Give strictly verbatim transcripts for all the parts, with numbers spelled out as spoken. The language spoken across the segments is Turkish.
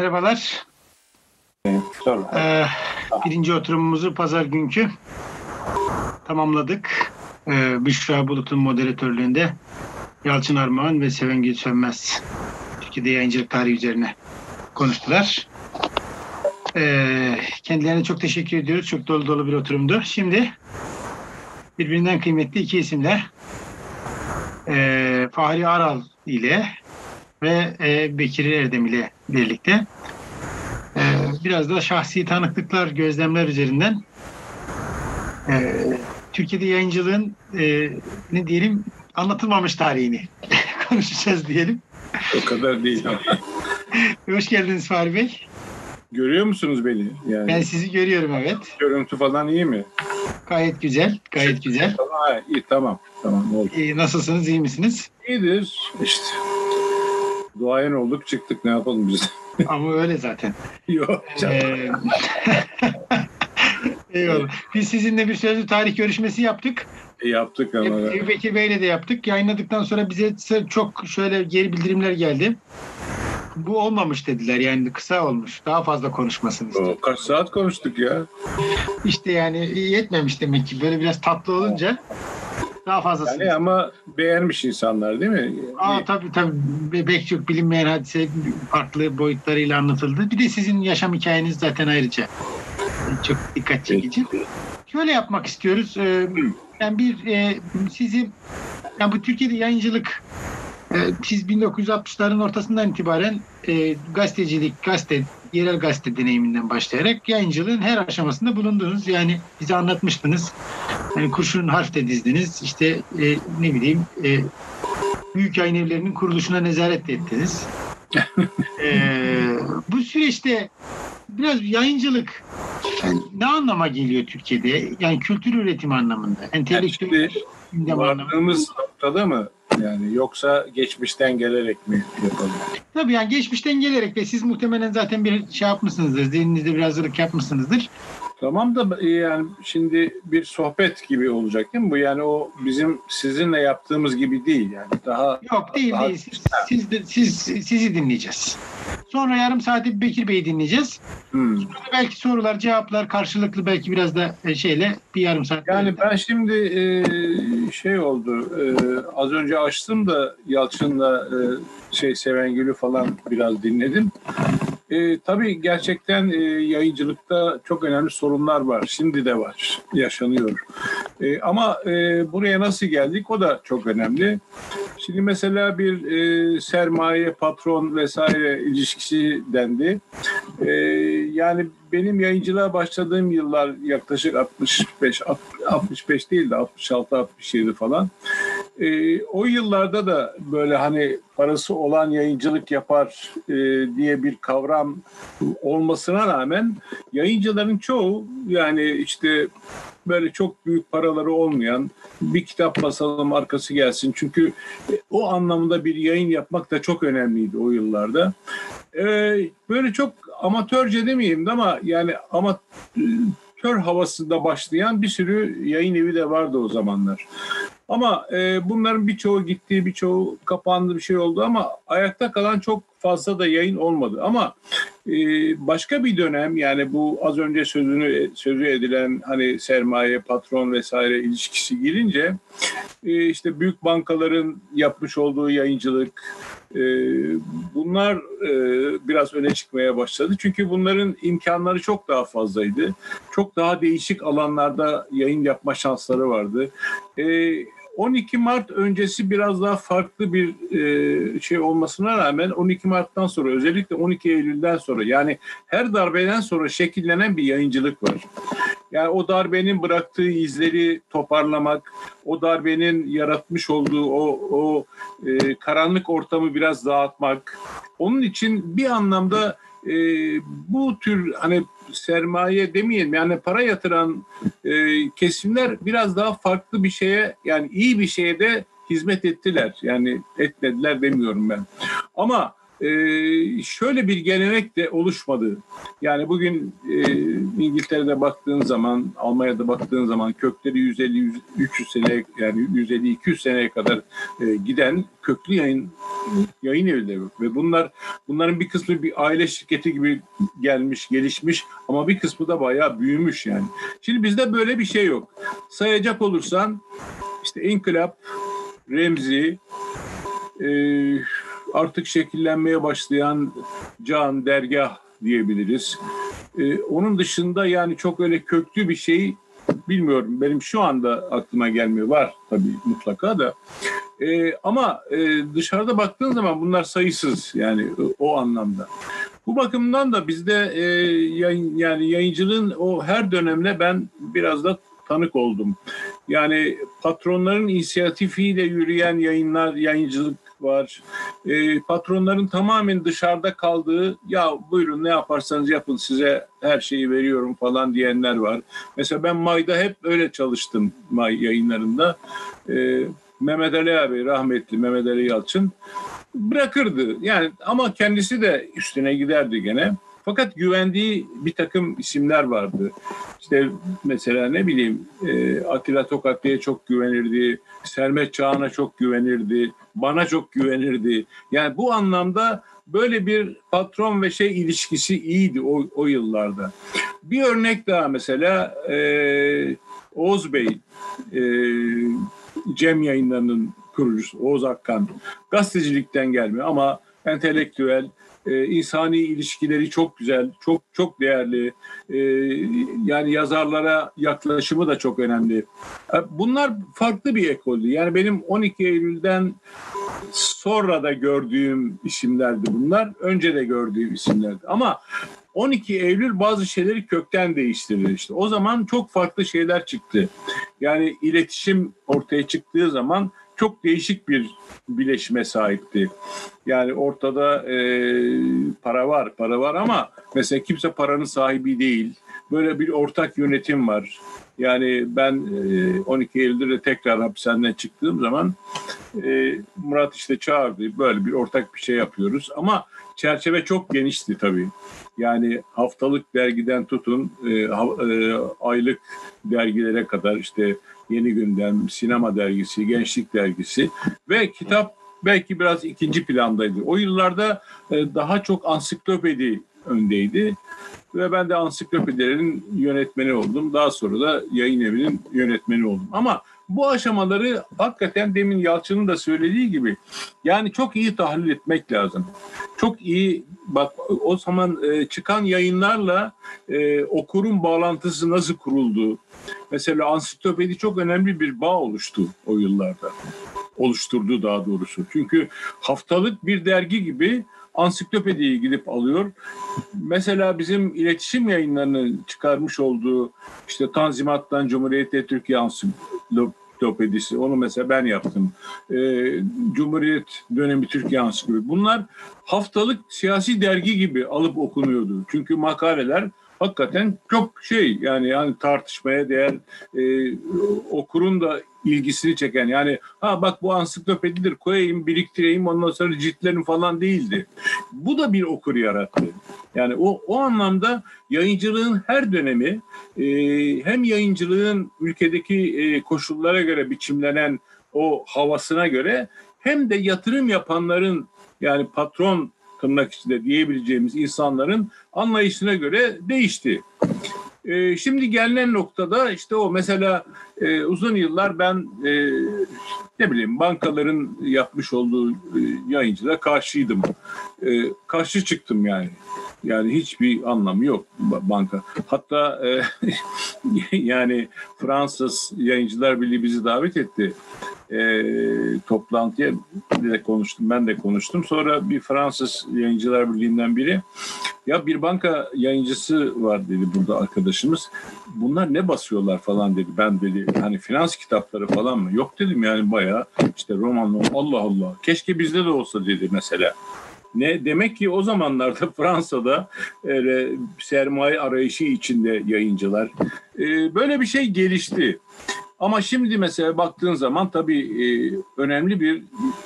Merhabalar. Sonra. Ee, birinci oturumumuzu pazar günkü tamamladık. Ee, Büşra Bulut'un moderatörlüğünde Yalçın Armağan ve Sevengül Sönmez Türkiye'de yayıncılık tarihi üzerine konuştular. Ee, kendilerine çok teşekkür ediyoruz. Çok dolu dolu bir oturumdu. Şimdi birbirinden kıymetli iki isimle e, Fahri Aral ile ve e, Bekir Erdem ile birlikte e, biraz da şahsi tanıklıklar, gözlemler üzerinden e, Türkiye'de yayıncılığın e, ne diyelim anlatılmamış tarihini konuşacağız diyelim. O kadar değil ama. Hoş geldiniz Fahri Bey. Görüyor musunuz beni? Yani Ben sizi görüyorum, evet. görüntü falan iyi mi? Gayet güzel, gayet güzel. Tamam, iyi, tamam. Tamam, oldu. E, nasılsınız, iyi misiniz? İyidir. İşte. Duayen olduk, çıktık. Ne yapalım biz? Ama öyle zaten. Yok. Ee, Eyvallah. Biz sizinle bir sözlü tarih görüşmesi yaptık. E, yaptık ama. Ebu Bekir Bey'le de yaptık. Yayınladıktan sonra bize çok şöyle geri bildirimler geldi. Bu olmamış dediler, yani kısa olmuş. Daha fazla konuşmasını istiyor. O, kaç saat konuştuk ya? İşte yani yetmemiş demek ki. Böyle biraz tatlı olunca daha fazlasını. Yani ama beğenmiş insanlar değil mi? Aa, tabii tabii. Pek çok bilinmeyen hadise farklı boyutlarıyla anlatıldı. Bir de sizin yaşam hikayeniz zaten ayrıca çok dikkat çekici. Şöyle yapmak istiyoruz. Ee, yani bir e, sizi, yani bu Türkiye'de yayıncılık, e, siz bin dokuz yüz altmışların ortasından itibaren e, gazetecilik, gazete, yerel gazete deneyiminden başlayarak yayıncılığın her aşamasında bulundunuz. Yani bize anlatmıştınız. Yani kurşun harfte dizdiniz. İşte e, ne bileyim e, büyük yayın evlerinin kuruluşuna nezaret ettiniz. e, bu süreçte biraz yayıncılık yani ne anlama geliyor Türkiye'de? Yani kültür üretimi anlamında, entelektüel Yani gündem anlamında. vardığımız noktada mı? Yani yoksa geçmişten gelerek mi yapalım? Tabii yani geçmişten gelerek ve siz muhtemelen zaten bir şey yapmışsınızdır. Zihninizde bir hazırlık yapmışsınızdır. Tamam da yani şimdi bir sohbet gibi olacak değil mi bu? Yani o bizim sizinle yaptığımız gibi değil yani. Daha Yok değil daha, değil. Siz, siz, de- siz, sizi dinleyeceğiz. Sonra yarım saati Bekir Bey'i dinleyeceğiz. Hmm. Sonra belki sorular, cevaplar karşılıklı, belki biraz da e, şeyle bir yarım saat. Yani ben şimdi e, şey oldu. E, az önce açtım da Yalçın'la e, şey Sevengül'ü falan biraz dinledim. E, tabii gerçekten e, yayıncılıkta çok önemli sorunlar var. Şimdi de var. Yaşanıyor. E, ama e, buraya nasıl geldik o da çok önemli. Şimdi mesela bir e, sermaye, patron vesaire ilişkisi dendi. E, yani benim yayıncılığa başladığım yıllar yaklaşık altmış beş, altmış beş değil de altmış altı altmış yedi falan. E, o yıllarda da böyle hani parası olan yayıncılık yapar e, diye bir kavram olmasına rağmen yayıncıların çoğu yani işte böyle çok büyük paraları olmayan, bir kitap basalım arkası gelsin. Çünkü o anlamda bir yayın yapmak da çok önemliydi o yıllarda. Ee, böyle çok amatörce demeyeyim de ama yani amatör havasında başlayan bir sürü yayın evi de vardı o zamanlar. Ama e, bunların birçoğu gitti, birçoğu kapandı, bir şey oldu ama ayakta kalan çok fazla da yayın olmadı. Ama e, başka bir dönem yani bu az önce sözünü sözü edilen hani sermaye, patron vesaire ilişkisi girince e, işte büyük bankaların yapmış olduğu yayıncılık e, bunlar e, biraz öne çıkmaya başladı. Çünkü bunların imkanları çok daha fazlaydı. Çok daha değişik alanlarda yayın yapma şansları vardı. E, on iki Mart öncesi biraz daha farklı bir e, şey olmasına rağmen on iki Mart'tan sonra özellikle on iki Eylül'den sonra yani her darbeden sonra şekillenen bir yayıncılık var. Yani o darbenin bıraktığı izleri toparlamak, o darbenin yaratmış olduğu o, o e, karanlık ortamı biraz dağıtmak. Onun için bir anlamda e, bu tür hani sermaye demeyelim yani para yatıran e, kesimler biraz daha farklı bir şeye yani iyi bir şeye de hizmet ettiler. Yani etmediler demiyorum ben. Ama Ee, şöyle bir gelenek de oluşmadı. Yani bugün e, İngiltere'de baktığın zaman, Almanya'da baktığın zaman kökleri yüz elli üç yüz sene, yani yüz elli iki yüz seneye kadar e, giden köklü yayın yayın evleri ve bunlar bunların bir kısmı bir aile şirketi gibi gelmiş, gelişmiş ama bir kısmı da bayağı büyümüş yani. Şimdi bizde böyle bir şey yok. Sayacak olursan işte İnkılap, Remzi, e, artık şekillenmeye başlayan Can, Dergah diyebiliriz. Ee, onun dışında yani çok öyle köklü bir şey bilmiyorum. Benim şu anda aklıma gelmiyor. Var tabii mutlaka da. Ee, ama e, dışarıda baktığın zaman bunlar sayısız yani o, o anlamda. Bu bakımdan da bizde e, yayın, yani yayıncılığın o her dönemle ben biraz da tanık oldum. Yani patronların inisiyatifiyle yürüyen yayınlar, yayıncılık var. E, patronların tamamen dışarıda kaldığı, ya buyurun ne yaparsanız yapın size her şeyi veriyorum falan diyenler var. Mesela ben May'da hep öyle çalıştım, May yayınlarında. E, Mehmet Ali abi, rahmetli Mehmet Ali Yalçın bırakırdı. Yani ama kendisi de üstüne giderdi gene. Fakat güvendiği bir takım isimler vardı. İşte mesela ne bileyim e, Atilla Tokatlı'ya çok güvenirdi, Sermet Çağan'a çok güvenirdi, bana çok güvenirdi. Yani bu anlamda böyle bir patron ve şey ilişkisi iyiydi o, o yıllarda. Bir örnek daha mesela e, Oğuz Bey, e, Cem Yayınları'nın kurucusu Oğuz Akkan. Gazetecilikten gelmiyor ama entelektüel, e, insani ilişkileri çok güzel, çok çok değerli. E, yani yazarlara yaklaşımı da çok önemli. Bunlar farklı bir ekoldü. Yani benim on iki Eylül'den sonra da gördüğüm isimlerdi bunlar. Önce de gördüğüm isimlerdi. Ama on iki Eylül bazı şeyleri kökten değiştirdi işte. O zaman çok farklı şeyler çıktı. Yani iletişim ortaya çıktığı zaman çok değişik bir bileşime sahipti. Yani ortada e, para var, para var ama mesela kimse paranın sahibi değil. Böyle bir ortak yönetim var. Yani ben e, on iki Eylül'de de tekrar hapishaneden çıktığım zaman e, Murat işte çağırdı. Böyle bir ortak bir şey yapıyoruz ama çerçeve çok genişti tabii. Yani haftalık dergiden tutun e, e, aylık dergilere kadar işte Yeni Gündem, Sinema Dergisi, Gençlik Dergisi ve kitap belki biraz ikinci plandaydı. O yıllarda e, daha çok ansiklopedi öndeydi ve ben de ansiklopedilerin yönetmeni oldum. Daha sonra da yayın evinin yönetmeni oldum. Ama bu aşamaları hakikaten demin Yalçın'ın da söylediği gibi yani çok iyi tahlil etmek lazım. Çok iyi bak o zaman e, çıkan yayınlarla e, okurun bağlantısı nasıl kuruldu? Mesela ansiklopedi çok önemli bir bağ oluştu o yıllarda. Oluşturdu daha doğrusu. Çünkü haftalık bir dergi gibi ansiklopediyi gidip alıyor. Mesela bizim iletişim yayınlarının çıkarmış olduğu işte Tanzimat'tan Cumhuriyet'e Türkiye Ansiklopedisi, onu mesela ben yaptım. Ee, Cumhuriyet dönemi Türkiye Ansiklopedisi. Bunlar haftalık siyasi dergi gibi alıp okunuyordu. Çünkü makaleler hakikaten çok şey yani yani tartışmaya değer, e, okurun da ilgisini çeken, yani ha bak bu ansiklopedidir koyayım biriktireyim ondan sonra ciltlerim falan değildi. Bu da bir okur yarattı. Yani o o anlamda yayıncılığın her dönemi e, hem yayıncılığın ülkedeki e, koşullara göre biçimlenen o havasına göre hem de yatırım yapanların yani patron tırnak içinde diyebileceğimiz insanların anlayışına göre değişti. Ee, şimdi gelinen noktada işte o mesela e, uzun yıllar ben e, ne bileyim bankaların yapmış olduğu e, yayıncılığa karşıydım. E, karşı çıktım yani. Yani hiçbir anlamı yok banka. Hatta e, yani Fransız Yayıncılar Birliği bizi davet etti. E, toplantıya de konuştum, ben de konuştum. Sonra bir Fransız Yayıncılar Birliği'nden biri, ya bir banka yayıncısı var dedi burada arkadaşımız. Bunlar ne basıyorlar falan dedi. Ben dedi hani finans kitapları falan mı? Yok dedim yani bayağı işte roman, Allah Allah. Keşke bizde de olsa dedi mesela. Ne demek ki o zamanlarda Fransa'da e, sermaye arayışı içinde yayıncılar. E, böyle bir şey gelişti. Ama şimdi mesela baktığın zaman tabii e, önemli bir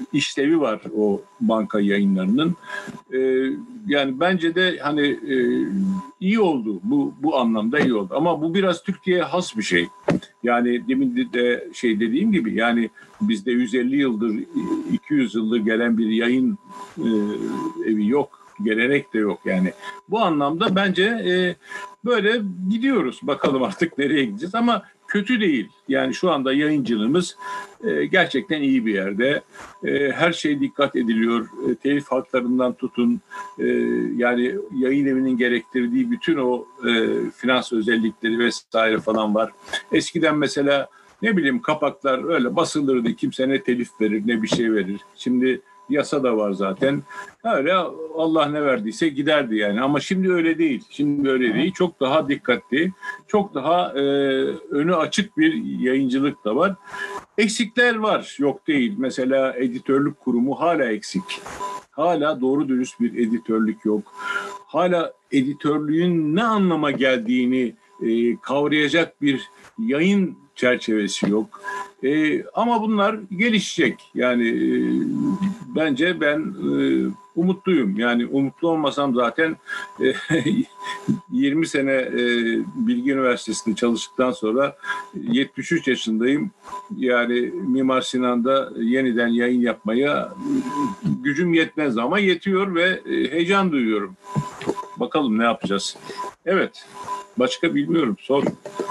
işlevi var o banka yayınlarının. E, yani bence de hani e, iyi oldu. Bu bu anlamda iyi oldu. Ama bu biraz Türkiye'ye has bir şey. Yani demin de şey dediğim gibi yani bizde yüz elli yıldır, iki yüz yıldır gelen bir yayın e, evi yok. Gelenek de yok yani. Bu anlamda bence e, böyle gidiyoruz. Bakalım artık nereye gideceğiz ama kötü değil. Yani şu anda yayıncılığımız e, gerçekten iyi bir yerde. E, her şey dikkat ediliyor. E, telif haklarından tutun. E, yani yayın evinin gerektirdiği bütün o e, finans özellikleri vesaire falan var. Eskiden mesela ne bileyim kapaklar öyle basılırdı. Kimse ne telif verir ne bir şey verir. Şimdi yasa da var zaten. Öyle Allah ne verdiyse giderdi yani. Ama şimdi öyle değil. Şimdi öyle değil. Çok daha dikkatli, çok daha e, önü açık bir yayıncılık da var. Eksikler var. Yok değil. Mesela editörlük kurumu hala eksik. Hala doğru dürüst bir editörlük yok. Hala editörlüğün ne anlama geldiğini e, kavrayacak bir yayın çerçevesi yok. E, ama bunlar gelişecek. Yani e, bence ben e, umutluyum. Yani umutlu olmasam zaten e, yirmi sene e, Bilgi Üniversitesi'nde çalıştıktan sonra yetmiş üç yaşındayım. Yani Mimar Sinan'da yeniden yayın yapmaya gücüm yetmez ama yetiyor ve e, heyecan duyuyorum. Bakalım ne yapacağız. Evet. Başka bilmiyorum. Sor.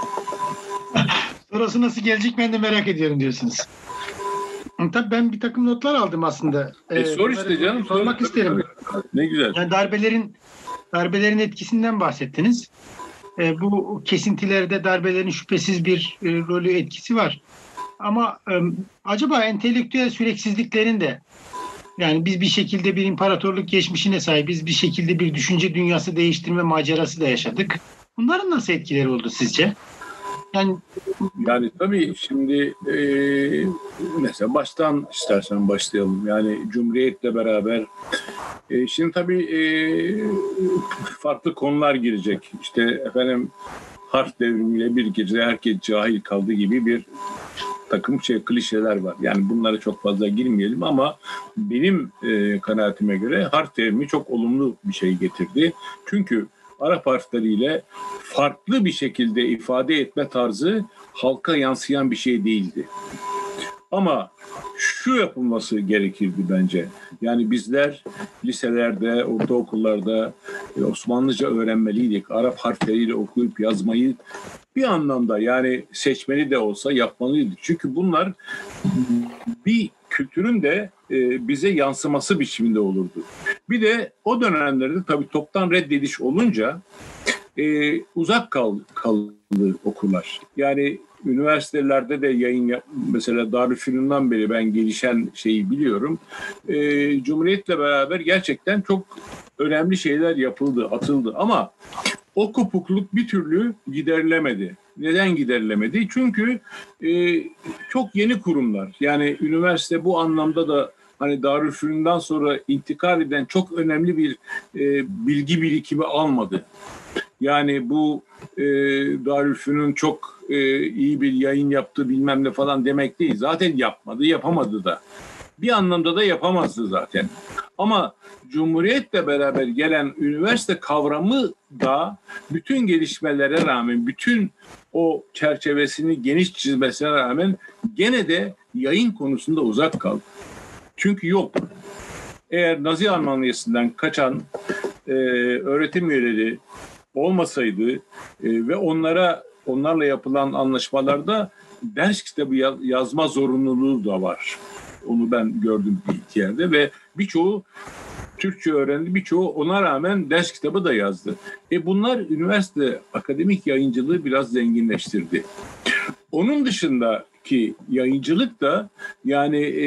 Sonrası nasıl gelecek ben de merak ediyorum diyorsunuz. Tabii ben bir takım notlar aldım aslında. E, Ee, sor işte canım. sormak sor, isterim. Ne güzel. Yani darbelerin darbelerin etkisinden bahsettiniz. Ee, bu kesintilerde darbelerin şüphesiz bir e, rolü etkisi var. Ama e, acaba entelektüel süreksizliklerin de yani biz bir şekilde bir imparatorluk geçmişine sahibiz. Bir şekilde bir düşünce dünyası değiştirme macerası da yaşadık. Bunların nasıl etkileri oldu sizce? Yani Yani tabii şimdi e, mesela baştan istersen başlayalım. Yani Cumhuriyet'le beraber e, şimdi tabii e, farklı konular girecek. İşte efendim harf devrimiyle bir gecede herkes cahil kaldı gibi bir takım şey klişeler var. Yani bunlara çok fazla girmeyelim ama benim e, kanaatime göre harf devrimi çok olumlu bir şey getirdi. Çünkü Arap harfleriyle farklı bir şekilde ifade etme tarzı halka yansıyan bir şey değildi. Ama şu yapılması gerekirdi bence. Yani bizler liselerde, ortaokullarda Osmanlıca öğrenmeliydik. Arap harfleriyle okuyup yazmayı bir anlamda yani seçmeli de olsa yapmalıydık. Çünkü bunlar bir kültürün de e, bize yansıması biçiminde olurdu. Bir de o dönemlerde tabii toptan reddediş olunca e, uzak kaldı, kaldı okullar. Yani üniversitelerde de yayın yap, mesela Darülfünun'dan beri ben gelişen şeyi biliyorum. E, Cumhuriyet'le beraber gerçekten çok önemli şeyler yapıldı, atıldı ama o kopukluk bir türlü giderilemedi. Neden giderilemedi? Çünkü e, çok yeni kurumlar. Yani üniversite bu anlamda da hani Darülfünun'dan sonra intikal eden çok önemli bir e, bilgi birikimi almadı. Yani bu e, Darülfünun çok e, iyi bir yayın yaptı bilmem ne falan demek değil. Zaten yapmadı, yapamadı da. Bir anlamda da yapamazdı zaten. Ama Cumhuriyet'le beraber gelen üniversite kavramı da bütün gelişmelere rağmen, bütün o çerçevesini geniş çizmesine rağmen gene de yayın konusunda uzak kaldı. Çünkü yok. Eğer Nazi Almanyası'ndan kaçan e, öğretim üyeleri olmasaydı e, ve onlara onlarla yapılan anlaşmalarda ders kitabı yazma zorunluluğu da var. Onu ben gördüm bir iki yerde ve birçoğu Türkçe öğrendi, birçoğu ona rağmen ders kitabı da yazdı. E bunlar üniversite akademik yayıncılığı biraz zenginleştirdi. Onun dışındaki yayıncılık da yani e,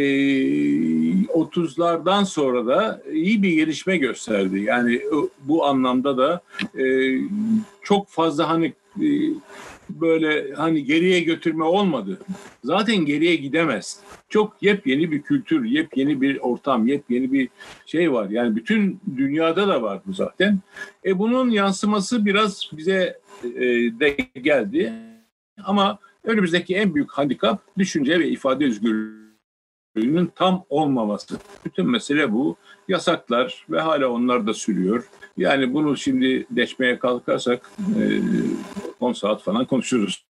otuzlardan sonra da iyi bir gelişme gösterdi. Yani bu anlamda da e, çok fazla hani e, böyle hani geriye götürme olmadı. Zaten geriye gidemez. Çok yepyeni bir kültür, yepyeni bir ortam, yepyeni bir şey var. Yani bütün dünyada da var bu zaten. E bunun yansıması biraz bize e, de geldi. Ama önümüzdeki en büyük handikap düşünce ve ifade özgürlüğü. kontrolünün tam olmaması. Bütün mesele bu. Yasaklar ve hala onlar da sürüyor. Yani bunu şimdi deşmeye kalkarsak on saat falan konuşuruz.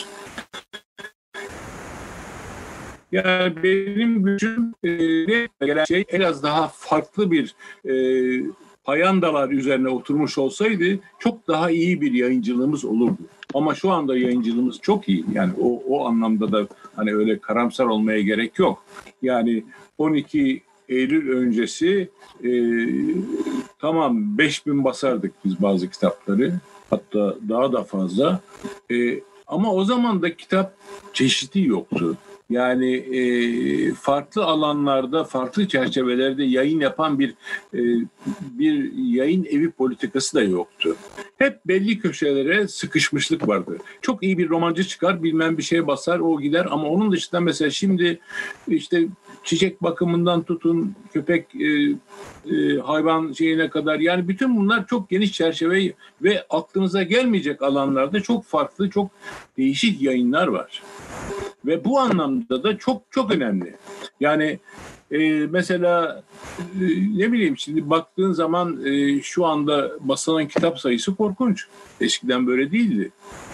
Yani benim gücüm e, gelen şey biraz daha farklı bir e, payandalar üzerine oturmuş olsaydı çok daha iyi bir yayıncılığımız olurdu. Ama şu anda yayıncılığımız çok iyi. Yani o, o anlamda da hani öyle karamsar olmaya gerek yok. Yani on iki Eylül öncesi e, tamam beş bin basardık biz bazı kitapları. Hatta daha da fazla. E, ama o zaman da kitap çeşidi yoktu. Yani e, farklı alanlarda, farklı çerçevelerde yayın yapan bir e, bir yayın evi politikası da yoktu. Hep belli köşelere sıkışmışlık vardı. Çok iyi bir romancı çıkar, bilmem bir şey basar, o gider. Ama onun dışında mesela şimdi işte çiçek bakımından tutun, köpek e, e, hayvan şeyine kadar, yani bütün bunlar çok geniş çerçeve ve aklınıza gelmeyecek alanlarda çok farklı, çok değişik yayınlar var. Ve bu anlamda da çok çok önemli. Yani e, mesela e, ne bileyim şimdi baktığın zaman e, şu anda basılan kitap sayısı korkunç. Eskiden böyle değildi.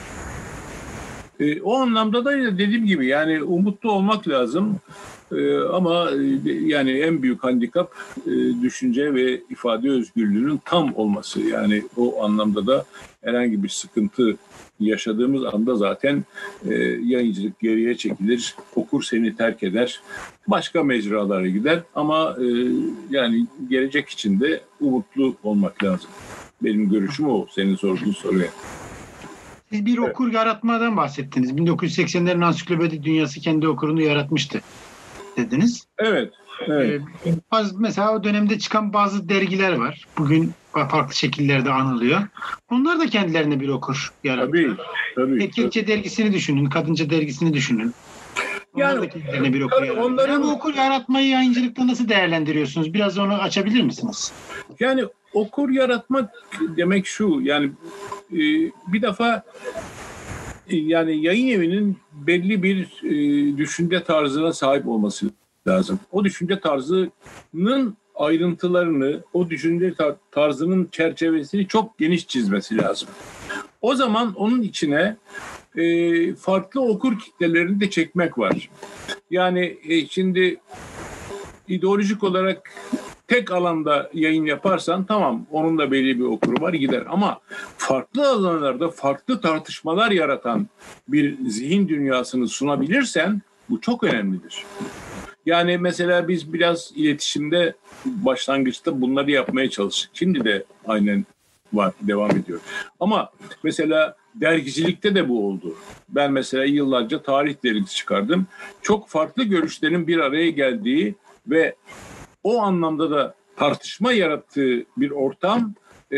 E, o anlamda da dediğim gibi yani umutlu olmak lazım. E, ama e, yani en büyük handikap e, düşünce ve ifade özgürlüğünün tam olması. Yani o anlamda da herhangi bir sıkıntı yaşadığımız anda zaten e, yayıncılık geriye çekilir, okur seni terk eder, başka mecralara gider ama e, yani gelecek için de umutlu olmak lazım. Benim görüşüm o, senin sorduğun soruya. Siz bir okur evet. yaratmadan bahsettiniz. bin dokuz yüz seksenlerin ansiklopedi dünyası kendi okurunu yaratmıştı dediniz. Evet. Evet. Ee, mesela o dönemde çıkan bazı dergiler var. Bugün farklı şekillerde anılıyor. Onlar da kendilerine bir okur yarattılar. Tabii, tabii. Erkekçe tabii. dergisini düşünün, kadınca dergisini düşünün. Onlar yani, da kendilerine bir okur yarattılar. Onların... Bu okur yaratmayı yayıncılıkta nasıl değerlendiriyorsunuz? Biraz onu açabilir misiniz? Yani okur yaratmak demek şu, yani e, bir defa e, yani yayın evinin belli bir e, düşünce tarzına sahip olması lazım. O düşünce tarzının ayrıntılarını, o düşünce tarzının çerçevesini çok geniş çizmesi lazım. O zaman onun içine e, farklı okur kitlelerini de çekmek var. Yani e, şimdi ideolojik olarak tek alanda yayın yaparsan tamam, onun da belli bir okuru var, gider. Ama farklı alanlarda farklı tartışmalar yaratan bir zihin dünyasını sunabilirsen bu çok önemlidir. Yani mesela biz biraz iletişimde başlangıçta bunları yapmaya çalıştık. Şimdi de aynen var, devam ediyor. Ama mesela dergicilikte de bu oldu. Ben mesela yıllarca tarih dergisi çıkardım. Çok farklı görüşlerin bir araya geldiği ve o anlamda da tartışma yarattığı bir ortam e,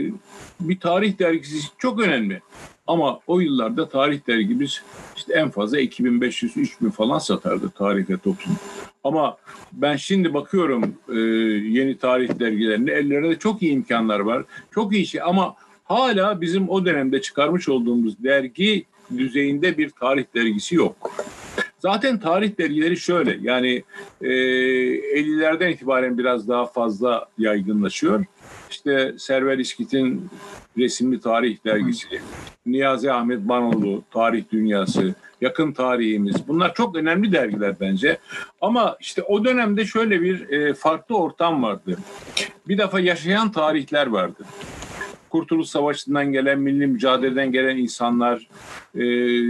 bir tarih dergisi çok önemli. Ama o yıllarda tarih dergimiz işte en fazla iki bin beş yüz üç bin falan satardı, Tarih ve Toplum. Ama ben şimdi bakıyorum e, yeni tarih dergilerinde, ellerinde çok iyi imkanlar var. Çok iyi şey ama hala bizim o dönemde çıkarmış olduğumuz dergi düzeyinde bir tarih dergisi yok. Zaten tarih dergileri şöyle, yani e, ellilerden itibaren biraz daha fazla yaygınlaşıyor. İşte Server İşkit'in resimli tarih dergisi, Niyazi Ahmet Banoğlu Tarih Dünyası, Yakın Tarihimiz, bunlar çok önemli dergiler bence. Ama işte o dönemde şöyle bir e, farklı ortam vardı. Bir defa yaşayan tarihler vardı. Kurtuluş Savaşı'ndan gelen, milli mücadeleden gelen insanlar, e,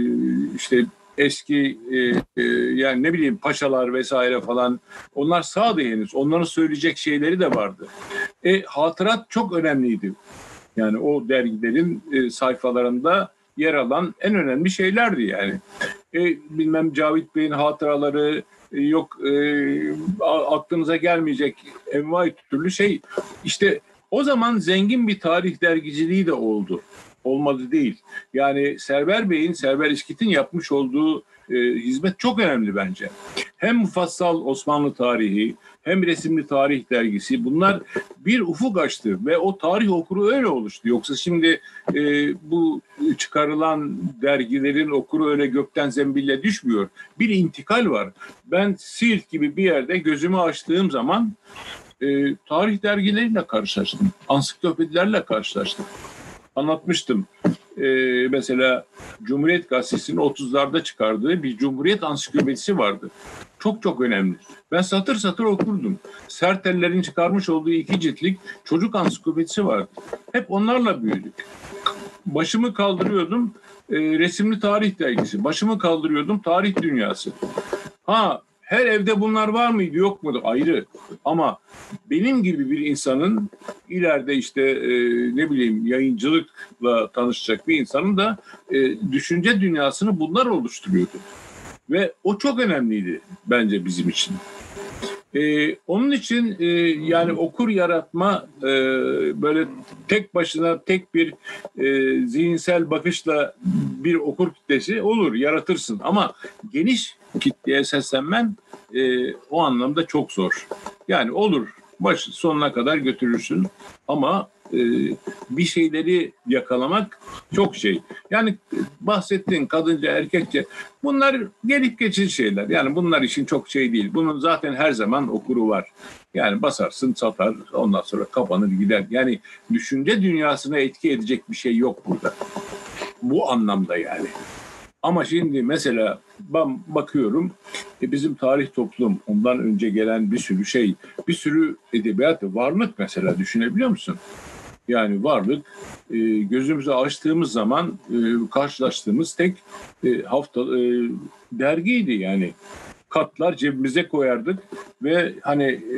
işte eski e, e, yani ne bileyim paşalar vesaire falan, onlar sağdı henüz. Onların söyleyecek şeyleri de vardı. E, hatırat çok önemliydi. Yani o dergilerin e, sayfalarında yer alan en önemli şeylerdi yani. E, bilmem Cavit Bey'in hatıraları, e, yok e, aklınıza gelmeyecek envai türlü şey. İşte o zaman zengin bir tarih dergiciliği de oldu. Olmadı değil. Yani Server Bey'in, Server İşkit'in yapmış olduğu e, hizmet çok önemli bence. Hem mufassal Osmanlı tarihi hem resimli tarih dergisi, bunlar bir ufuk açtı ve o tarih okuru öyle oluştu. Yoksa şimdi e, bu çıkarılan dergilerin okuru öyle gökten zembille düşmüyor. Bir intikal var. Ben Siirt gibi bir yerde gözümü açtığım zaman e, tarih dergileriyle karşılaştım. Ansiklopedilerle karşılaştım. Anlatmıştım. Ee, mesela Cumhuriyet Gazetesi'nin otuzlarda çıkardığı bir Cumhuriyet Ansiklopedisi vardı. Çok çok önemli. Ben satır satır okurdum. Serteller'in çıkarmış olduğu iki ciltlik çocuk ansiklopedisi vardı. Hep onlarla büyüdük. Başımı kaldırıyordum e, resimli tarih dergisi. Başımı kaldırıyordum tarih dünyası. Ha, her evde bunlar var mıydı yok muydu ayrı. Ama benim gibi bir insanın ileride işte e, ne bileyim yayıncılıkla tanışacak bir insanın da e, düşünce dünyasını bunlar oluşturuyordu. Ve o çok önemliydi bence bizim için. Ee, onun için e, yani okur yaratma e, böyle tek başına tek bir e, zihinsel bakışla bir okur kitlesi olur, yaratırsın. Ama geniş kitleye seslenmen e, o anlamda çok zor. Yani olur, baş sonuna kadar götürürsün ama e, bir şeyleri yakalamak çok şey. Yani bahsettiğin kadınca erkekçe bunlar gelip geçici şeyler. Yani bunlar için çok şey değil. Bunun zaten her zaman okuru var. Yani basarsın satar ondan sonra kapanır gider. Yani düşünce dünyasına etki edecek bir şey yok burada. Bu anlamda yani. Ama şimdi mesela ben bakıyorum e bizim tarih toplum ondan önce gelen bir sürü şey, bir sürü edebiyat varlık mesela düşünebiliyor musun? Yani varlık e, gözümüzü açtığımız zaman e, karşılaştığımız tek e, hafta e, dergiydi yani. Katlar cebimize koyardık ve hani e,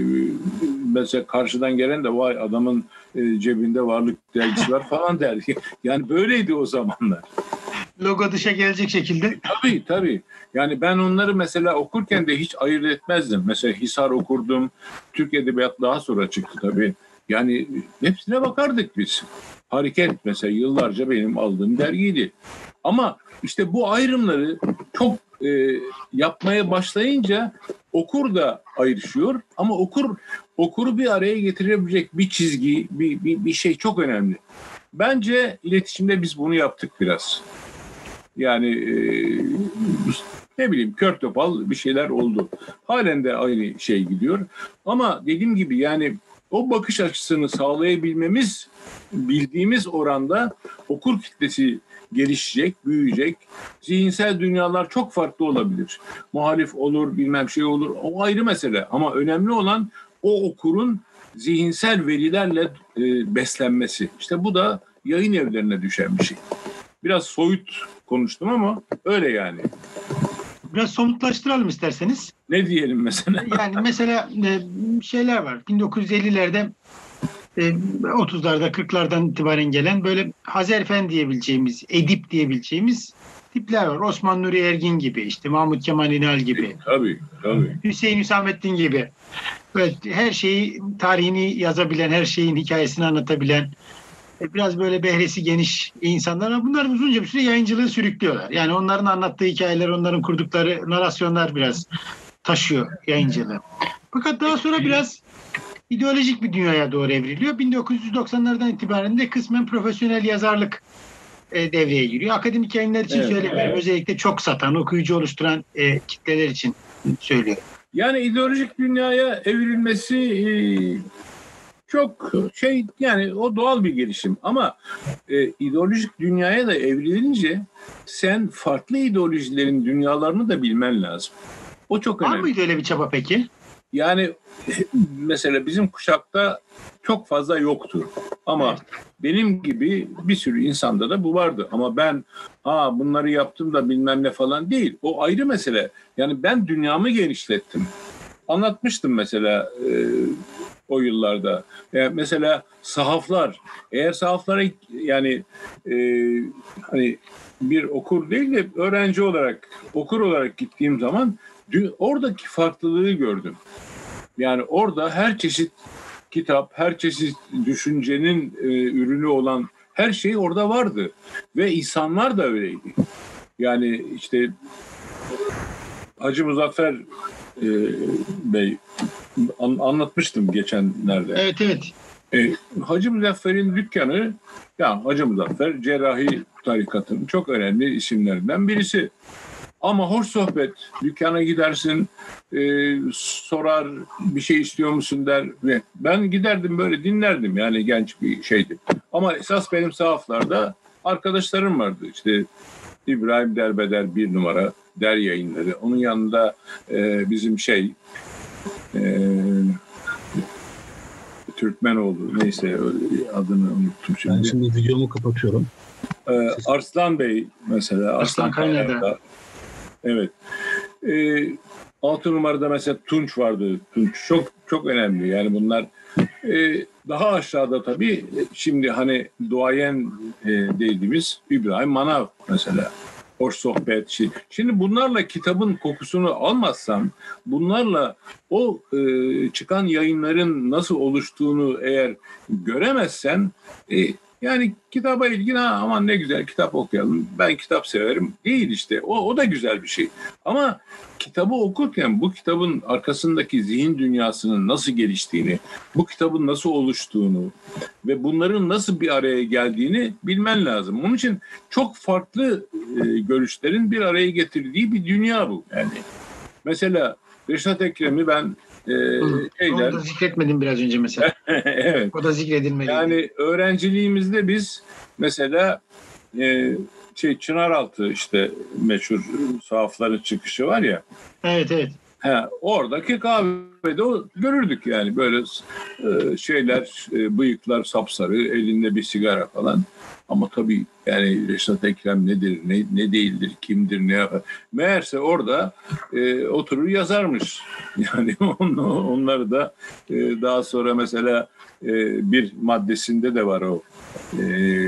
mesela karşıdan gelen de vay adamın e, cebinde varlık dergisi var falan derdi. Yani böyleydi o zamanlar. Logo dışa gelecek şekilde. Tabii tabii. Yani ben onları mesela okurken de hiç ayırt etmezdim. Mesela Hisar okurdum. Türk Edebiyatı daha sonra çıktı tabii. Yani hepsine bakardık biz. Hareket mesela yıllarca benim aldığım dergiydi. Ama işte bu ayrımları çok e, yapmaya başlayınca okur da ayrışıyor. Ama okur okuru bir araya getirebilecek bir çizgi, bir, bir, bir şey çok önemli. Bence iletişimde biz bunu yaptık biraz. Yani e, ne bileyim kör topal bir şeyler oldu. Halen de aynı şey gidiyor. Ama dediğim gibi yani o bakış açısını sağlayabilmemiz bildiğimiz oranda okur kitlesi gelişecek, büyüyecek. Zihinsel dünyalar çok farklı olabilir. Muhalif olur, bilmem şey olur. O ayrı mesele. Ama önemli olan o okurun zihinsel verilerle e, beslenmesi. İşte bu da yayın evlerine düşen bir şey. Biraz soyut konuştum ama öyle yani. Biraz somutlaştıralım isterseniz. Ne diyelim mesela? Yani mesela e, şeyler var. bin dokuz yüz ellilerde e, otuzlarda kırklardan itibaren gelen böyle Hazerfen diyebileceğimiz, Edip diyebileceğimiz tipler var. Osman Nuri Ergin gibi, işte Mahmut Kemal İnal gibi. E, tabii, tabii. Hüseyin Hüsamettin gibi. Böyle her şeyi, tarihini yazabilen, her şeyin hikayesini anlatabilen, biraz böyle behresi geniş insanlar ama bunlar uzunca bir süre yayıncılığı sürüklüyorlar. Yani onların anlattığı hikayeler, onların kurdukları narasyonlar biraz taşıyor yayıncılığı. Fakat daha sonra biraz ideolojik bir dünyaya doğru evriliyor. bin dokuz yüz doksanlardan itibaren de kısmen profesyonel yazarlık e, devreye giriyor. Akademik yayınlar için evet, söylemiyorum. Evet. Özellikle çok satan, okuyucu oluşturan e, kitleler için söylüyorum. Yani ideolojik dünyaya evrilmesi e, çok şey yani o doğal bir gelişim ama e, ideolojik dünyaya da evrilince sen farklı ideolojilerin dünyalarını da bilmen lazım. O çok önemli. Var mıydı öyle bir çaba peki? Yani mesela bizim kuşakta çok fazla yoktu. Ama evet, benim gibi bir sürü insanda da bu vardı. Ama ben ha bunları yaptım da bilmem ne falan değil. O ayrı mesele. Yani ben dünyamı genişlettim. Anlatmıştım mesela e, o yıllarda. E, mesela sahaflar. Eğer sahaflara yani e, hani bir okur değil de öğrenci olarak, okur olarak gittiğim zaman oradaki farklılığı gördüm. Yani orada her çeşit kitap, her çeşit düşüncenin e, ürünü olan her şey orada vardı. Ve insanlar da öyleydi. Yani işte Hacı Muzaffer e, Bey an, anlatmıştım geçenlerde. Evet, evet. E, Hacı Muzaffer'in dükkanı, ya Hacı Muzaffer cerrahi tarikatının çok önemli isimlerinden birisi. Ama hoş sohbet, dükkana gidersin, e, sorar bir şey istiyor musun der ve ben giderdim böyle dinlerdim, yani genç bir şeydi. Ama esas benim sahaflarda arkadaşlarım vardı, işte İbrahim Derbeder bir numara Der Yayınları, onun yanında e, bizim şey e, Türkmenoğlu, neyse adını unuttum şimdi. Ben şimdi videomu kapatıyorum. E, Arslan Bey mesela, Arslan Arslan Kaynar'da. Evet. E, altı numarada mesela Tunç vardı. Tunç çok çok önemli. Yani bunlar e, daha aşağıda tabii şimdi hani duayen e, dediğimiz İbrahim Manav mesela. Hoş sohbet. Şey. Şimdi bunlarla kitabın kokusunu almazsan, bunlarla o e, çıkan yayınların nasıl oluştuğunu eğer göremezsen, e, yani kitaba ilgin, ha aman ne güzel kitap okuyalım, ben kitap severim değil işte. O, o da güzel bir şey. Ama kitabı okurken bu kitabın arkasındaki zihin dünyasının nasıl geliştiğini, bu kitabın nasıl oluştuğunu ve bunların nasıl bir araya geldiğini bilmen lazım. Onun için çok farklı e, görüşlerin bir araya getirdiği bir dünya bu. Yani mesela Reşat Ekrem'i ben e, şeyler... Onu da zikretmedim biraz önce mesela. Evet. O da zikredilmeliydi. Yani öğrenciliğimizde biz mesela e, şey Çınaraltı, işte meşhur sahafların çıkışı var ya. Evet, evet. He, oradaki kahvede o, görürdük yani böyle e, şeyler, e, bıyıklar sapsarı, elinde bir sigara falan. Ama tabii yani Reşat Ekrem nedir, ne, ne değildir, kimdir, ne yapar. Meğerse orada e, oturur yazarmış. Yani on, onları da e, daha sonra mesela e, bir maddesinde de var o. E,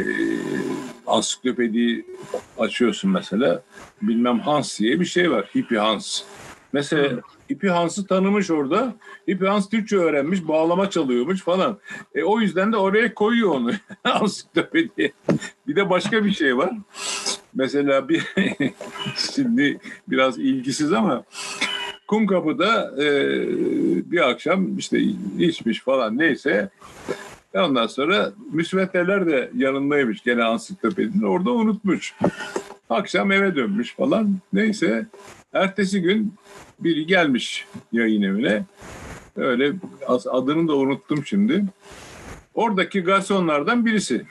ansiklopediyi açıyorsun mesela. Bilmem Hans diye bir şey var. Hippie Hans. Mesela hmm. Hippie Hans'ı tanımış orada. Hippie Hans Türkçe öğrenmiş, bağlama çalıyormuş falan. E, o yüzden de oraya koyuyor onu. Ansiklopedi. Bir de başka bir şey var. Mesela bir şimdi biraz ilgisiz ama Kumkapı'da e, bir akşam işte içmiş falan neyse. Ondan sonra müsveddeler de yanındaymış gene ansiklopedinin. Orada unutmuş. Akşam eve dönmüş falan. Neyse. Ertesi gün biri gelmiş yayın evine. Öyle adını da unuttum şimdi. Oradaki garsonlardan birisi.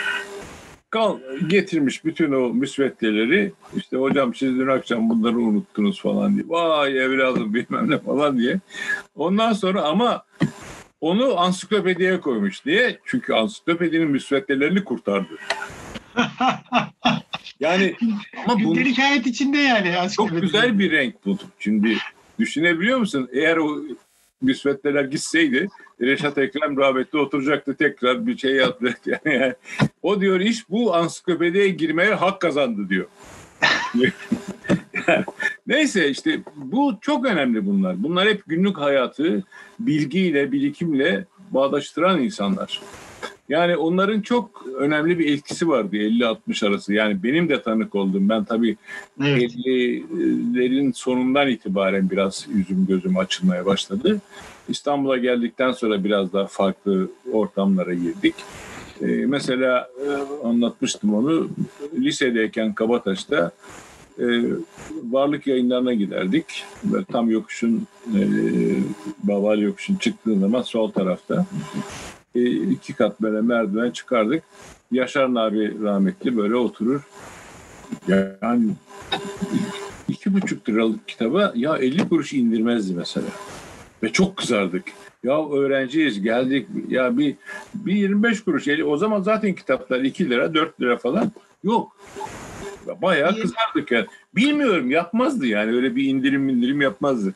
Kal getirmiş bütün o müsveddeleri. İşte hocam siz dün akşam bunları unuttunuz falan diye. Vay evladım bilmem ne falan diye. Ondan sonra ama onu ansiklopediye koymuş diye. Çünkü ansiklopedinin müsveddelerini kurtardı. Yani ama bu hikayet içinde yani. Çok güzel bir renk bu. Şimdi düşünebiliyor musun? Eğer o müsveddeler gitseydi Reşat Ekrem rahmetli oturacaktı, tekrar bir şey yapacaktı. Yani, o diyor iş bu ansiklopediye girmeye hak kazandı diyor. Neyse işte bu çok önemli bunlar. Bunlar hep günlük hayatı bilgiyle, birikimle bağdaştıran insanlar. Yani onların çok önemli bir etkisi vardı elli altmış arası. Yani benim de tanık oldum. Ben tabii evet. ellilerin sonundan itibaren biraz yüzüm gözüm açılmaya başladı. İstanbul'a geldikten sonra biraz daha farklı ortamlara girdik. Ee, mesela e, anlatmıştım onu. Lisedeyken Kabataş'ta e, varlık yayınlarına giderdik. Böyle tam yokuşun, e, Babali yokuşun çıktığın zaman sol tarafta. E, iki kat böyle merdiven çıkardık. Yaşar abi rahmetli böyle oturur. Yani iki buçuk liralık kitaba ya elli kuruş indirmezdi mesela. Ve çok kızardık. Ya öğrenciyiz geldik ya bir, bir yirmi beş kuruş. O zaman zaten kitaplar iki lira dört lira falan yok. Bayağı kızardık yani. Bilmiyorum yapmazdı yani öyle bir indirim indirim yapmazdı.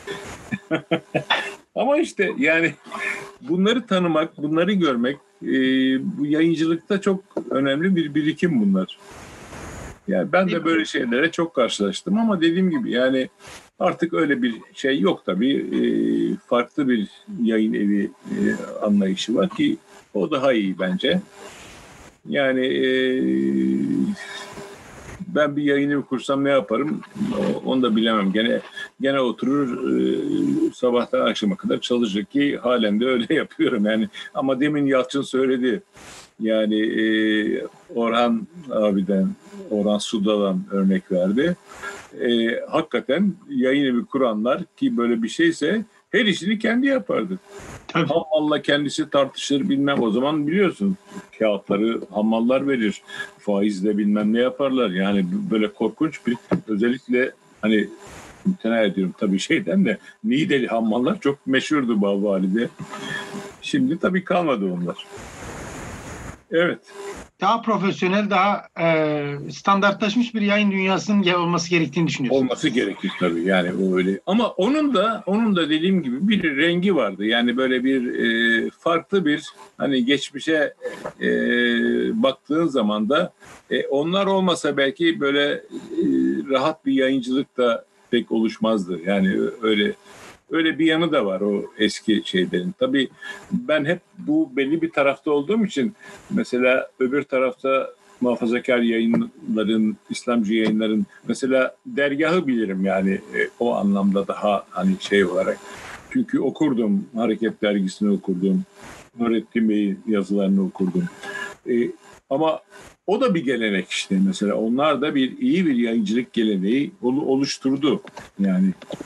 Ama işte yani bunları tanımak, bunları görmek, e, bu yayıncılıkta çok önemli bir birikim bunlar. Yani ben de böyle şeylere çok karşılaştım ama dediğim gibi yani artık öyle bir şey yok tabii. E, farklı bir yayın evi e, anlayışı var ki o daha iyi bence. Yani e, ben bir yayın evi kursam ne yaparım onu da bilemem. Gene gene oturur e, sabahtan akşama kadar çalışır ki halen de öyle yapıyorum yani. Ama demin Yalçın söyledi. Yani e, Orhan abiden, Orhan Sudalan örnek verdi. E, hakikaten yayın evi kuranlar ki böyle bir şeyse her işini kendi yapardı. Tabii. Hammalla kendisi tartışır bilmem, o zaman biliyorsun kağıtları hammallar verir. Faizle bilmem ne yaparlar. Yani böyle korkunç bir, özellikle hani mütenah ediyorum tabii şeyden de, Niğdeli hammallar çok meşhurdu Babali'de. Şimdi tabii kalmadı onlar. Evet. Daha profesyonel, daha e, standartlaşmış bir yayın dünyasının olması gerektiğini düşünüyorsunuz. Olması gerekir tabii yani o öyle. Ama onun da onun da dediğim gibi bir rengi vardı. Yani böyle bir e, farklı bir, hani geçmişe e, baktığın zaman da e, onlar olmasa belki böyle e, rahat bir yayıncılık da pek oluşmazdı. Yani öyle öyle bir yanı da var o eski şeylerin. Tabii ben hep bu belli bir tarafta olduğum için, mesela öbür tarafta muhafazakar yayınların, İslamcı yayınların, mesela dergahı bilirim yani e, o anlamda daha hani şey olarak. Çünkü okurdum, Hareket Dergisi'ni okurdum, Nurettin Bey'in yazılarını okurdum. E, ama o da bir gelenek işte mesela. Onlar da bir iyi bir yayıncılık geleneği oluşturdu yani.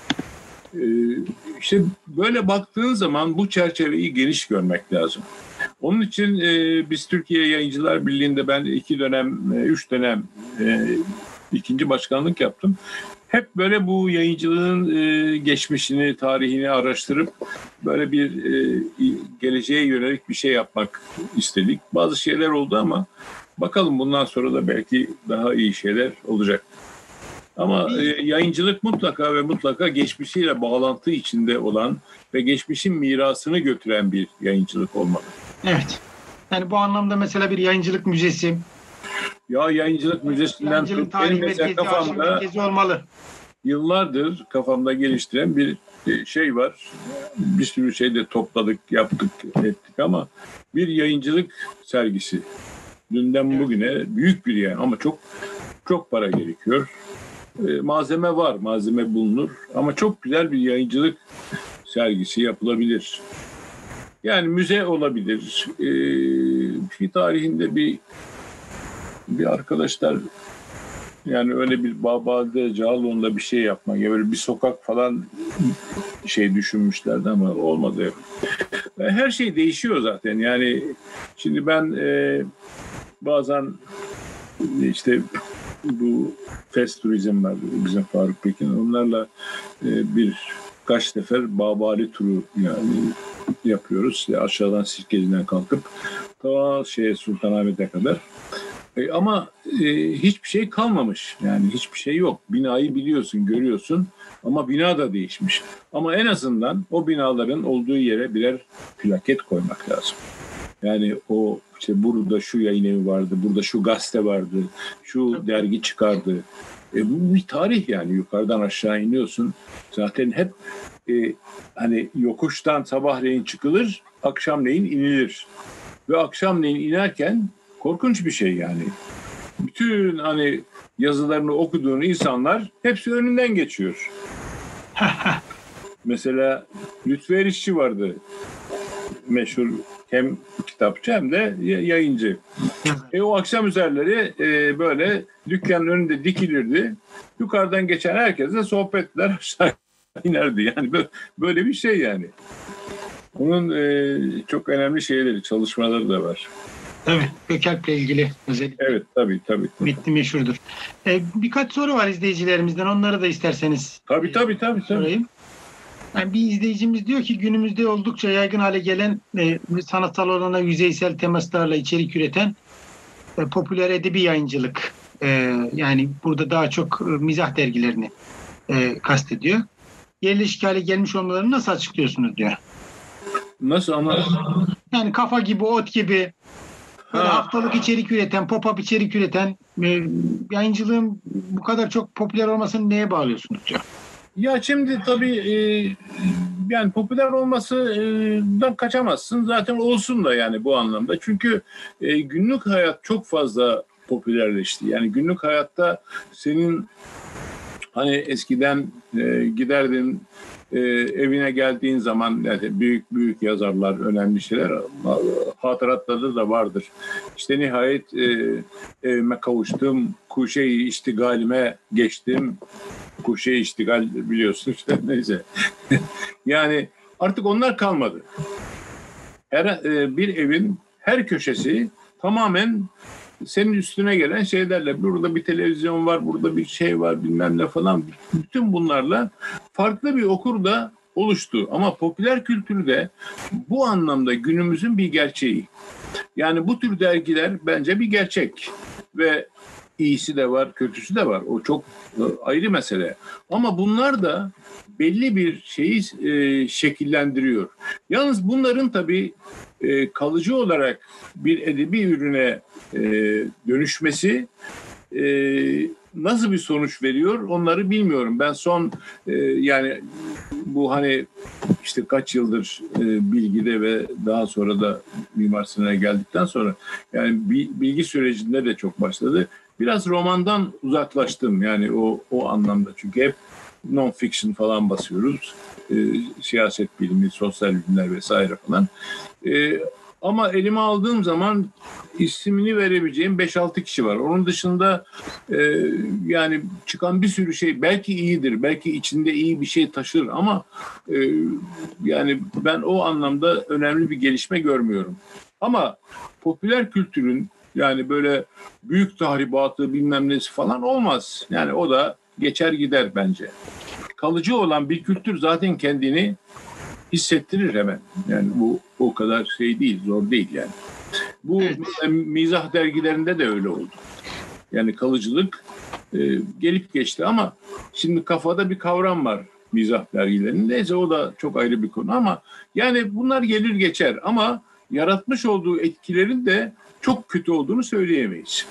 İşte böyle baktığın zaman bu çerçeveyi geniş görmek lazım. Onun için e, biz Türkiye Yayıncılar Birliği'nde ben iki dönem, üç dönem e, ikinci başkanlık yaptım. Hep böyle bu yayıncılığın e, geçmişini, tarihini araştırıp böyle bir e, geleceğe yönelik bir şey yapmak istedik. Bazı şeyler oldu ama bakalım bundan sonra da belki daha iyi şeyler olacak. Ama e, yayıncılık mutlaka ve mutlaka geçmişiyle bağlantı içinde olan ve geçmişin mirasını götüren bir yayıncılık olmalı. Evet. Yani bu anlamda mesela bir yayıncılık müzesi, ya yayıncılık müzesinden yayıncılık tarih merkezi, arşiv merkezi olmalı. Yıllardır kafamda geliştiren bir şey var. Bir sürü şey de topladık, yaptık, ettik ama bir yayıncılık sergisi. Dünden evet. Bugüne büyük bir yer ama çok çok para gerekiyor. E, malzeme var, malzeme bulunur ama çok güzel bir yayıncılık sergisi yapılabilir. Yani müze olabilir. E, fi tarihinde bir bir arkadaşlar yani öyle bir Babade Cağaloğlu'nda bir şey yapmak, ya böyle bir sokak falan şey düşünmüşlerdi ama olmadı. Ve her şey değişiyor zaten. Yani şimdi ben e, bazen işte bu Fes Turizm var bizim Faruk Pekin. Onlarla e, bir kaç sefer Babali turu yani yapıyoruz. İşte aşağıdan Sirkeci'den kalkıp ta şeye Sultanahmet'e kadar. E, ama e, hiçbir şey kalmamış. Yani hiçbir şey yok. Binayı biliyorsun, görüyorsun ama bina da değişmiş. Ama en azından o binaların olduğu yere birer plaket koymak lazım. Yani o işte burada şu yayın evi vardı, burada şu gazete vardı, şu dergi çıkardı. E, bu bir tarih yani. Yukarıdan aşağı iniyorsun. Zaten hep e, hani yokuştan sabahleyin çıkılır, akşamleyin inilir. Ve akşamleyin inerken korkunç bir şey yani. Bütün hani yazılarını okuduğun insanlar hepsi önünden geçiyor. Mesela Lütfü Erişçi vardı. Meşhur hem kitapçı hem de yayıncı. E, o akşam üzerleri e, böyle dükkanın önünde dikilirdi. Yukarıdan geçen herkesle sohbetler aşağı inerdi. Yani böyle, böyle bir şey yani. Onun e, çok önemli şeyleri, çalışmaları da var. Tabii. Gökalp'le ilgili özellikle. Evet, tabii, tabii. Metni meşhurdur. Ee, birkaç soru var izleyicilerimizden. Onları da isterseniz tabii, tabii, tabii, tabii. sorayım. Yani bir izleyicimiz diyor ki günümüzde oldukça yaygın hale gelen e, sanatsal olana yüzeysel temaslarla içerik üreten e, popüler edebi yayıncılık. E, yani burada daha çok e, mizah dergilerini e, kastediyor. Yerleşik hale gelmiş olmalarını nasıl açıklıyorsunuz diyor. Nasıl ama? Yani Kafa gibi, Ot gibi böyle ha. haftalık içerik üreten, pop-up içerik üreten e, yayıncılığın bu kadar çok popüler olmasını neye bağlıyorsunuz diyor. Ya şimdi tabii e, yani popüler olmasından kaçamazsın. Zaten olsun da yani bu anlamda. Çünkü e, günlük hayat çok fazla popülerleşti. Yani günlük hayatta senin Hani eskiden e, giderdin e, evine geldiğin zaman yani büyük büyük yazarlar, önemli şeyler hatıratları da vardır. İşte nihayet e, evime kavuştum, kuşe-i iştigalime geçtim. Kuşe-i iştigal biliyorsun işte neyse. Yani artık onlar kalmadı. Her e, bir evin her köşesi tamamen senin üstüne gelen şeylerle, burada bir televizyon var, burada bir şey var, bilmem ne falan, bütün bunlarla farklı bir okur da oluştu. Ama popüler kültürde bu anlamda günümüzün bir gerçeği. Yani bu tür dergiler bence bir gerçek ve iyisi de var, kötüsü de var. O çok ayrı mesele. Ama bunlar da belli bir şeyi e, şekillendiriyor. Yalnız bunların tabii e, kalıcı olarak bir edebi ürüne e, dönüşmesi e, nasıl bir sonuç veriyor onları bilmiyorum. Ben son e, yani bu hani işte kaç yıldır e, bilgide ve daha sonra da Mimar Sinan'a geldikten sonra yani bilgi sürecinde de çok başladı. Biraz romandan uzaklaştım yani o o anlamda, çünkü hep non-fiction falan basıyoruz. E, siyaset bilimi, sosyal bilimler vesaire falan. E, ama elime aldığım zaman ismini verebileceğim beş altı kişi var. Onun dışında e, yani çıkan bir sürü şey belki iyidir, belki içinde iyi bir şey taşır ama e, yani ben o anlamda önemli bir gelişme görmüyorum. Ama popüler kültürün yani böyle büyük tahribatı bilmem nesi falan olmaz. Yani o da geçer gider bence. Kalıcı olan bir kültür zaten kendini hissettirir hemen. Yani bu o kadar şey değil, zor değil yani. Bu evet. Mizah dergilerinde de öyle oldu. Yani kalıcılık e, gelip geçti ama şimdi kafada bir kavram var mizah dergilerinde. Neyse o da çok ayrı bir konu ama yani bunlar gelir geçer ama yaratmış olduğu etkilerin de çok kötü olduğunu söyleyemeyiz.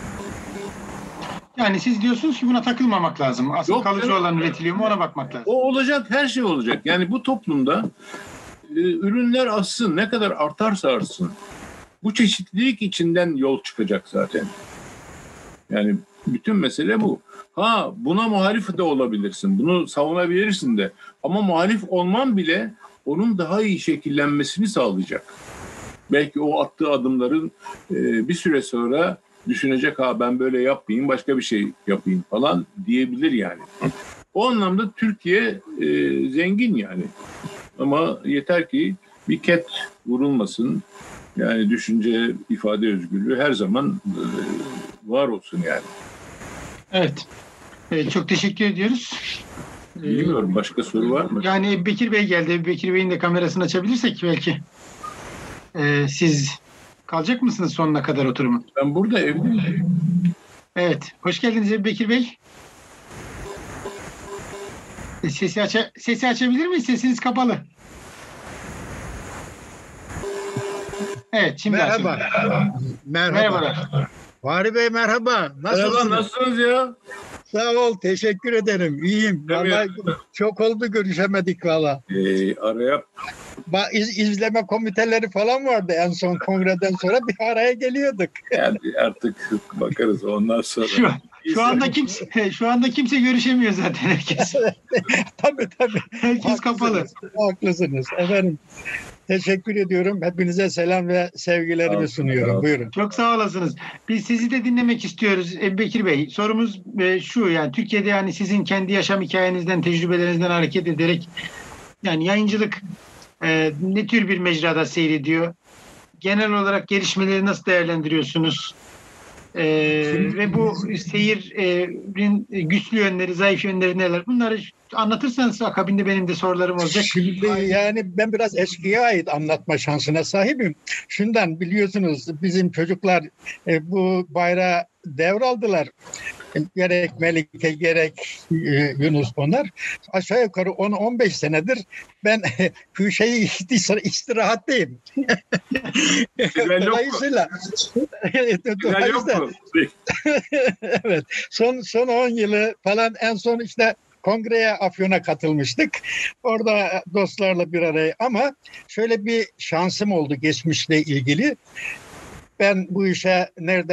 Yani siz diyorsunuz ki buna takılmamak lazım. Asıl Yok, kalıcı olan üretiliyor mu ona bakmak lazım. O olacak, her şey olacak. Yani bu toplumda e, ürünler artsın, ne kadar artarsa artsın. Bu çeşitlilik içinden yol çıkacak zaten. Yani bütün mesele bu. Ha buna muhalif de olabilirsin, bunu savunabilirsin de. Ama muhalif olman bile onun daha iyi şekillenmesini sağlayacak. Belki o attığı adımların e, bir süre sonra düşünecek, ha ben böyle yapmayayım, başka bir şey yapayım falan diyebilir yani. O anlamda Türkiye e, zengin yani. Ama yeter ki bir ket vurulmasın. Yani düşünce, ifade özgürlüğü her zaman e, var olsun yani. Evet. E, çok teşekkür ediyoruz. Bilmiyorum, başka soru var mı? Yani Bekir Bey geldi. Bekir Bey'in de kamerasını açabilirsek belki. E, siz kalacak mısınız sonuna kadar oturumu? Ben burada evdeyim. Evet. Hoş geldiniz Bekir Bey. Sesi, aç sesi açabilir miyiz? Sesiniz kapalı. Evet. Şimdi merhaba. Merhaba. Merhabalar. Fahri Bey merhaba. Nasılsınız? Merhaba, nasılsınız ya? Sağ ol. Teşekkür ederim. İyiyim. Vallahi çok oldu görüşemedik valla. Ee, araya İz, izleme komiteleri falan vardı en son kongreden sonra, bir araya geliyorduk. Yani artık bakarız ondan sonra. Şu, şu anda kimse şu anda kimse görüşemiyor zaten, herkes. Tabii tabii. Herkes haklısınız, kapalı. Haklısınız efendim. Teşekkür ediyorum. Hepinize selam ve sevgilerimi tamam, sunuyorum. Tamam. Buyurun. Çok sağ olasınız. Biz sizi de dinlemek istiyoruz Bekir Bey. Sorumuz şu, yani Türkiye'de yani sizin kendi yaşam hikayenizden, tecrübelerinizden hareket ederek yani yayıncılık e, ne tür bir mecrada seyrediyor? Genel olarak gelişmeleri nasıl değerlendiriyorsunuz? Ee, ve bu seyirin güçlü yönleri, zayıf yönleri neler? Bunları anlatırsanız akabinde benim de sorularım olacak. Şimdi yani ben biraz eskiye ait anlatma şansına sahibim. Şundan biliyorsunuz, bizim çocuklar e, bu bayrağı devraldılar. Gerek Melike gerek e, Yunus onlar. Aşağı yukarı on on beş senedir ben köşeyi istirahatteyim. Dolayısıyla dolayısıyla evet, son son on yılı falan en son işte kongreye, Afyon'a katılmıştık. Orada dostlarla bir araya, ama şöyle bir şansım oldu geçmişle ilgili. Ben bu işe nereden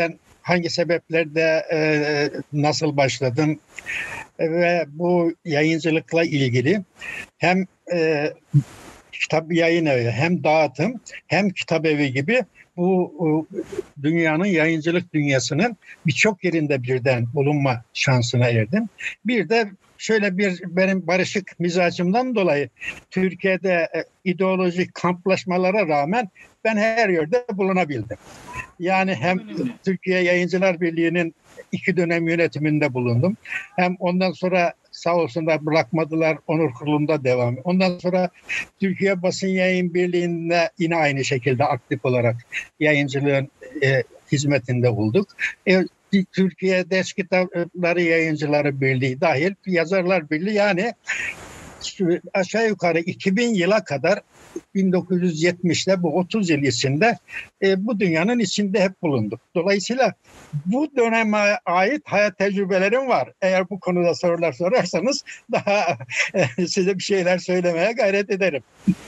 hangi sebeplerle e, nasıl başladım ve bu yayıncılıkla ilgili hem e, kitap yayın evi, hem dağıtım, hem kitap evi gibi bu dünyanın, yayıncılık dünyasının birçok yerinde birden bulunma şansına erdim. Bir de şöyle bir, benim barışık mizacımdan dolayı Türkiye'de ideolojik kamplaşmalara rağmen ben her yerde bulunabildim. Yani hem Türkiye Yayıncılar Birliği'nin iki dönem yönetiminde bulundum. Hem ondan sonra sağ olsunlar bırakmadılar, onur kurulunda devam. Ondan sonra Türkiye Basın Yayın Birliği'nde yine aynı şekilde aktif olarak yayıncılığın e, hizmetinde olduk. E, Türkiye Ders Kitapları Yayıncıları Birliği dahil Yazarlar Birliği, yani aşağı yukarı iki bin yıla kadar, bin dokuz yüz yetmişte bu otuz yıl içinde e, bu dünyanın içinde hep bulunduk. Dolayısıyla bu döneme ait hayat tecrübelerim var. Eğer bu konuda sorular sorarsanız daha e, size bir şeyler söylemeye gayret ederim.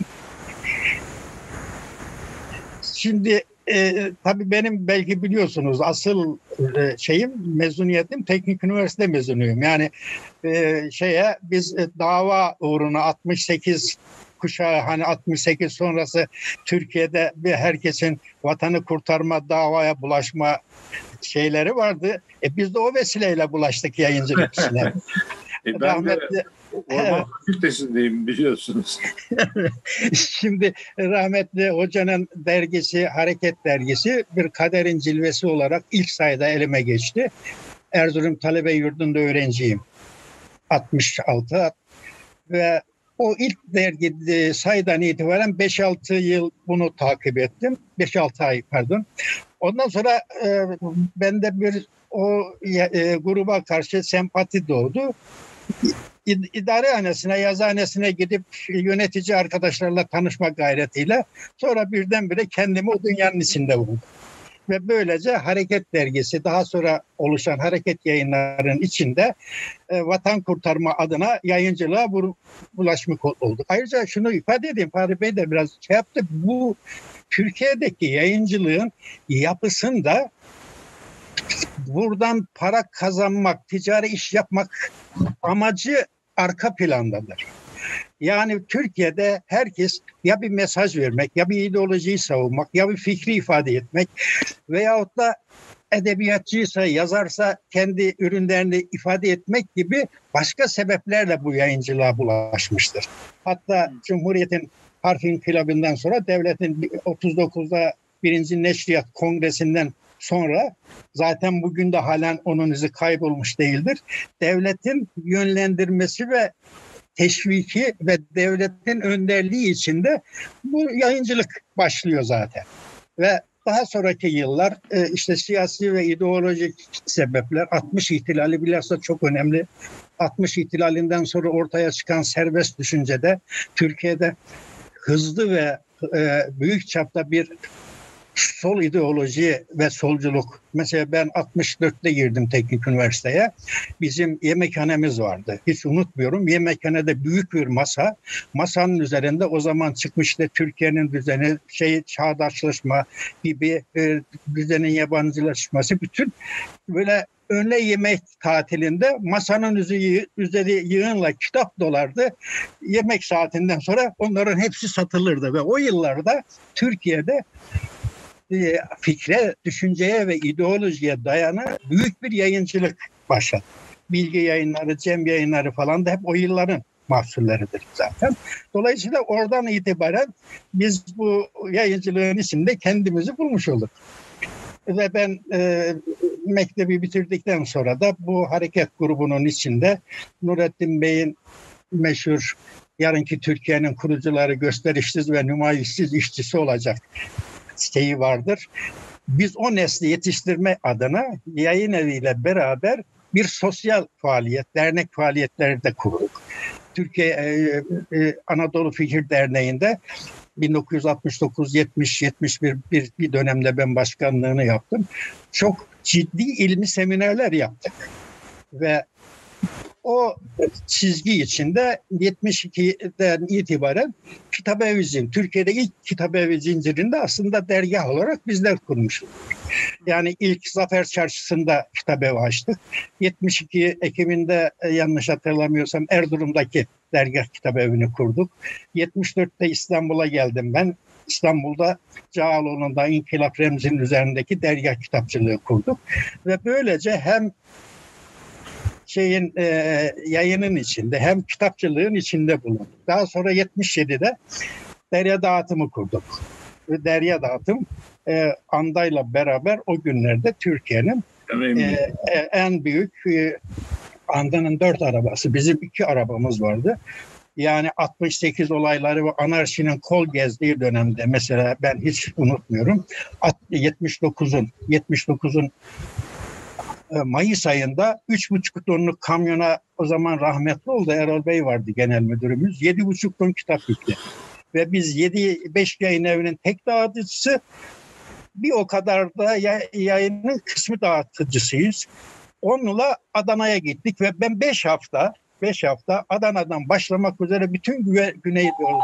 Şimdi e, tabii benim, belki biliyorsunuz, asıl e, şeyim, mezuniyetim teknik üniversite mezunuyum. Yani e, şeye biz e, dava uğruna altmış sekiz kuşağı, hani altmış sekiz sonrası Türkiye'de bir herkesin vatanı kurtarma, davaya bulaşma şeyleri vardı. E biz de o vesileyle bulaştık yayıncılık işine. e ben Rahmetli, de Orman Fakültesindeyim, biliyorsunuz. Şimdi rahmetli hocanın dergisi, Hareket Dergisi, bir kaderin cilvesi olarak ilk sayıda elime geçti. Erzurum Talebe Yurdu'nda öğrenciyim. altmış altı ve o ilk dergi sayıdan itibaren beş altı yıl bunu takip ettim. beş altı ay pardon. Ondan sonra e, bende bir o e, gruba karşı sempati doğdu. İdarehanesine, yazıhanesine gidip yönetici arkadaşlarla tanışma gayretiyle sonra birdenbire kendimi o dünyanın içinde buldum. Ve böylece Hareket Dergisi, daha sonra oluşan Hareket Yayınları'nın içinde e, vatan kurtarma adına yayıncılığa bulaşmış olduk. Ayrıca şunu ifade edeyim, Fahri Bey de biraz şey yaptı. Bu Türkiye'deki yayıncılığın yapısında buradan para kazanmak, ticari iş yapmak amacı arka plandadır. Yani Türkiye'de herkes ya bir mesaj vermek, ya bir ideolojiyi savunmak, ya bir fikri ifade etmek veyahut da edebiyatçıysa, yazarsa kendi ürünlerini ifade etmek gibi başka sebeplerle bu yayıncılığa bulaşmıştır. Hatta Cumhuriyet'in harf inkılabından sonra devletin otuz dokuzda birinci Neşriyat Kongresi'nden sonra, zaten bugün de halen onun izi kaybolmuş değildir, devletin yönlendirmesi ve teşviki ve devletin önderliği içinde bu yayıncılık başlıyor zaten. Ve daha sonraki yıllar işte siyasi ve ideolojik sebepler, altmış ihtilali bilhassa çok önemli. altmış ihtilalinden sonra ortaya çıkan serbest düşüncede Türkiye'de hızlı ve büyük çapta bir sol ideoloji ve solculuk. Mesela ben altmış dörtte girdim teknik üniversiteye. Bizim yemekhanemiz vardı. Hiç unutmuyorum. Yemekhanede büyük bir masa. Masanın üzerinde o zaman çıkmıştı Türkiye'nin düzeni, şey, çağdaşlaşma gibi e, düzenin yabancılaşması, bütün böyle öğle yemek tatilinde masanın üzeri, üzeri yığınla kitap dolardı. Yemek saatinden sonra onların hepsi satılırdı ve o yıllarda Türkiye'de fikre, düşünceye ve ideolojiye dayanan büyük bir yayıncılık başladı. Bilgi Yayınları, Cem Yayınları falan da hep o yılların mahsulleridir zaten. Dolayısıyla oradan itibaren biz bu yayıncılığın içinde kendimizi bulmuş olduk. Ve ben e, mektebi bitirdikten sonra da bu hareket grubunun içinde Nurettin Bey'in meşhur "Yarınki Türkiye'nin kurucuları gösterişsiz ve nümayişsiz işçisi olacak" şeyi vardır. Biz o nesli yetiştirme adına yayın eviyle beraber bir sosyal faaliyet, dernek faaliyetleri de kurduk. Türkiye e, e, Anadolu Fikir Derneği'nde bin dokuz yüz altmış dokuz yetmiş yetmiş bir bir, bir dönemde ben başkanlığını yaptım. Çok ciddi ilmi seminerler yaptık. Ve O çizgi içinde yetmiş ikiden itibaren Kitabevi, Türkiye'de ilk Kitabevi zincirinde aslında dergah olarak bizler kurmuşuz. Yani ilk Zafer Çarşısı'nda Kitabevi açtık. yetmiş iki Ekim'inde yanlış hatırlamıyorsam Erzurum'daki dergah Kitabevi'ni kurduk. yetmiş dörtte İstanbul'a geldim ben. İstanbul'da Cağaloğlu'nda İnkılap Remzi'nin üzerindeki dergah kitapçılığı kurduk. Ve böylece hem şeyin e, yayının içinde hem kitapçılığın içinde bulunduk. Daha sonra yetmiş yedide Derya Dağıtımı kurduk. Ve Derya Dağıtım e, Anda'yla beraber o günlerde Türkiye'nin e, e, en büyük e, Anda'nın dört arabası. Bizim iki arabamız vardı. Yani altmış sekiz olayları ve anarşinin kol gezdiği dönemde mesela ben hiç unutmuyorum. yetmiş dokuzun yetmiş dokuzun Mayıs ayında üç buçuk tonluk kamyona, o zaman rahmetli oldu Erol Bey vardı genel müdürümüz. yedi buçuk ton kitap yükledi. Ve biz yedi beş yayın evinin tek dağıtıcısı, bir o kadar da yayının kısmı dağıtıcısıyız. Onunla Adana'ya gittik ve ben beş hafta beş hafta Adana'dan başlamak üzere bütün Güneydoğu'yu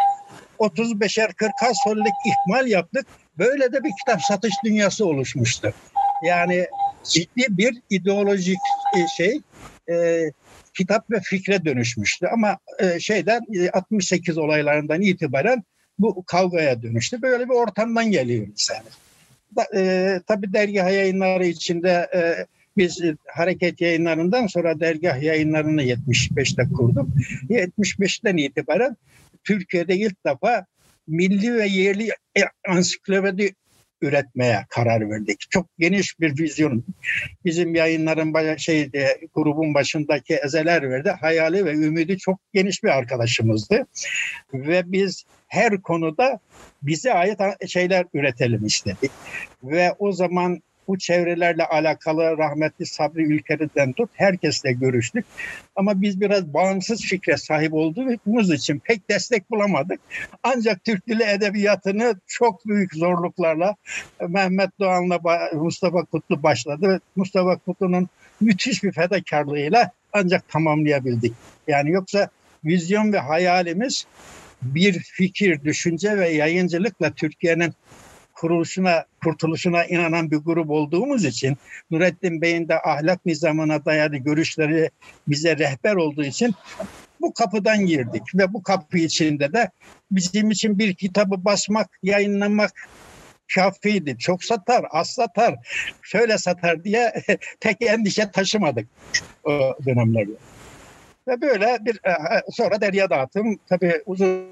otuz beşer kırkar sorulik ihmal yaptık. Böyle de bir kitap satış dünyası oluşmuştu. Yani ciddi bir ideolojik şey e, kitap ve fikre dönüşmüştü. Ama e, şeyden altmış sekiz olaylarından itibaren bu kavgaya dönüştü. Böyle bir ortamdan geliyoruz yani. Da, e, tabii dergah yayınları içinde e, biz e, hareket yayınlarından sonra dergah yayınlarını yetmiş beşte kurduk. yetmiş beşten itibaren Türkiye'de ilk defa milli ve yerli ansiklopedi üretmeye karar verdik. Çok geniş bir vizyon. Bizim yayınların şey grubun başındaki Ezeler verdi. Hayali ve ümidi çok geniş bir arkadaşımızdı. Ve biz her konuda bize ait şeyler üretelim istedik. Ve o zaman bu çevrelerle alakalı rahmetli Sabri Ülkeri'den tut herkesle görüştük. Ama biz biraz bağımsız fikre sahip olduğumuz için pek destek bulamadık. Ancak Türk Dili Edebiyatı'nı çok büyük zorluklarla Mehmet Doğan'la Mustafa Kutlu başladı. Mustafa Kutlu'nun müthiş bir fedakarlığıyla ancak tamamlayabildik. Yani yoksa vizyon ve hayalimiz bir fikir, düşünce ve yayıncılıkla Türkiye'nin kuruluşuna, kurtuluşuna inanan bir grup olduğumuz için, Nurettin Bey'in de ahlak nizamına dayalı görüşleri bize rehber olduğu için bu kapıdan girdik. Ve bu kapı içinde de bizim için bir kitabı basmak, yayınlamak kafiydi. Çok satar, az satar, şöyle satar diye pek endişe taşımadık o dönemlerde. Ve böyle bir sonra Derya Dağıtım tabii uzun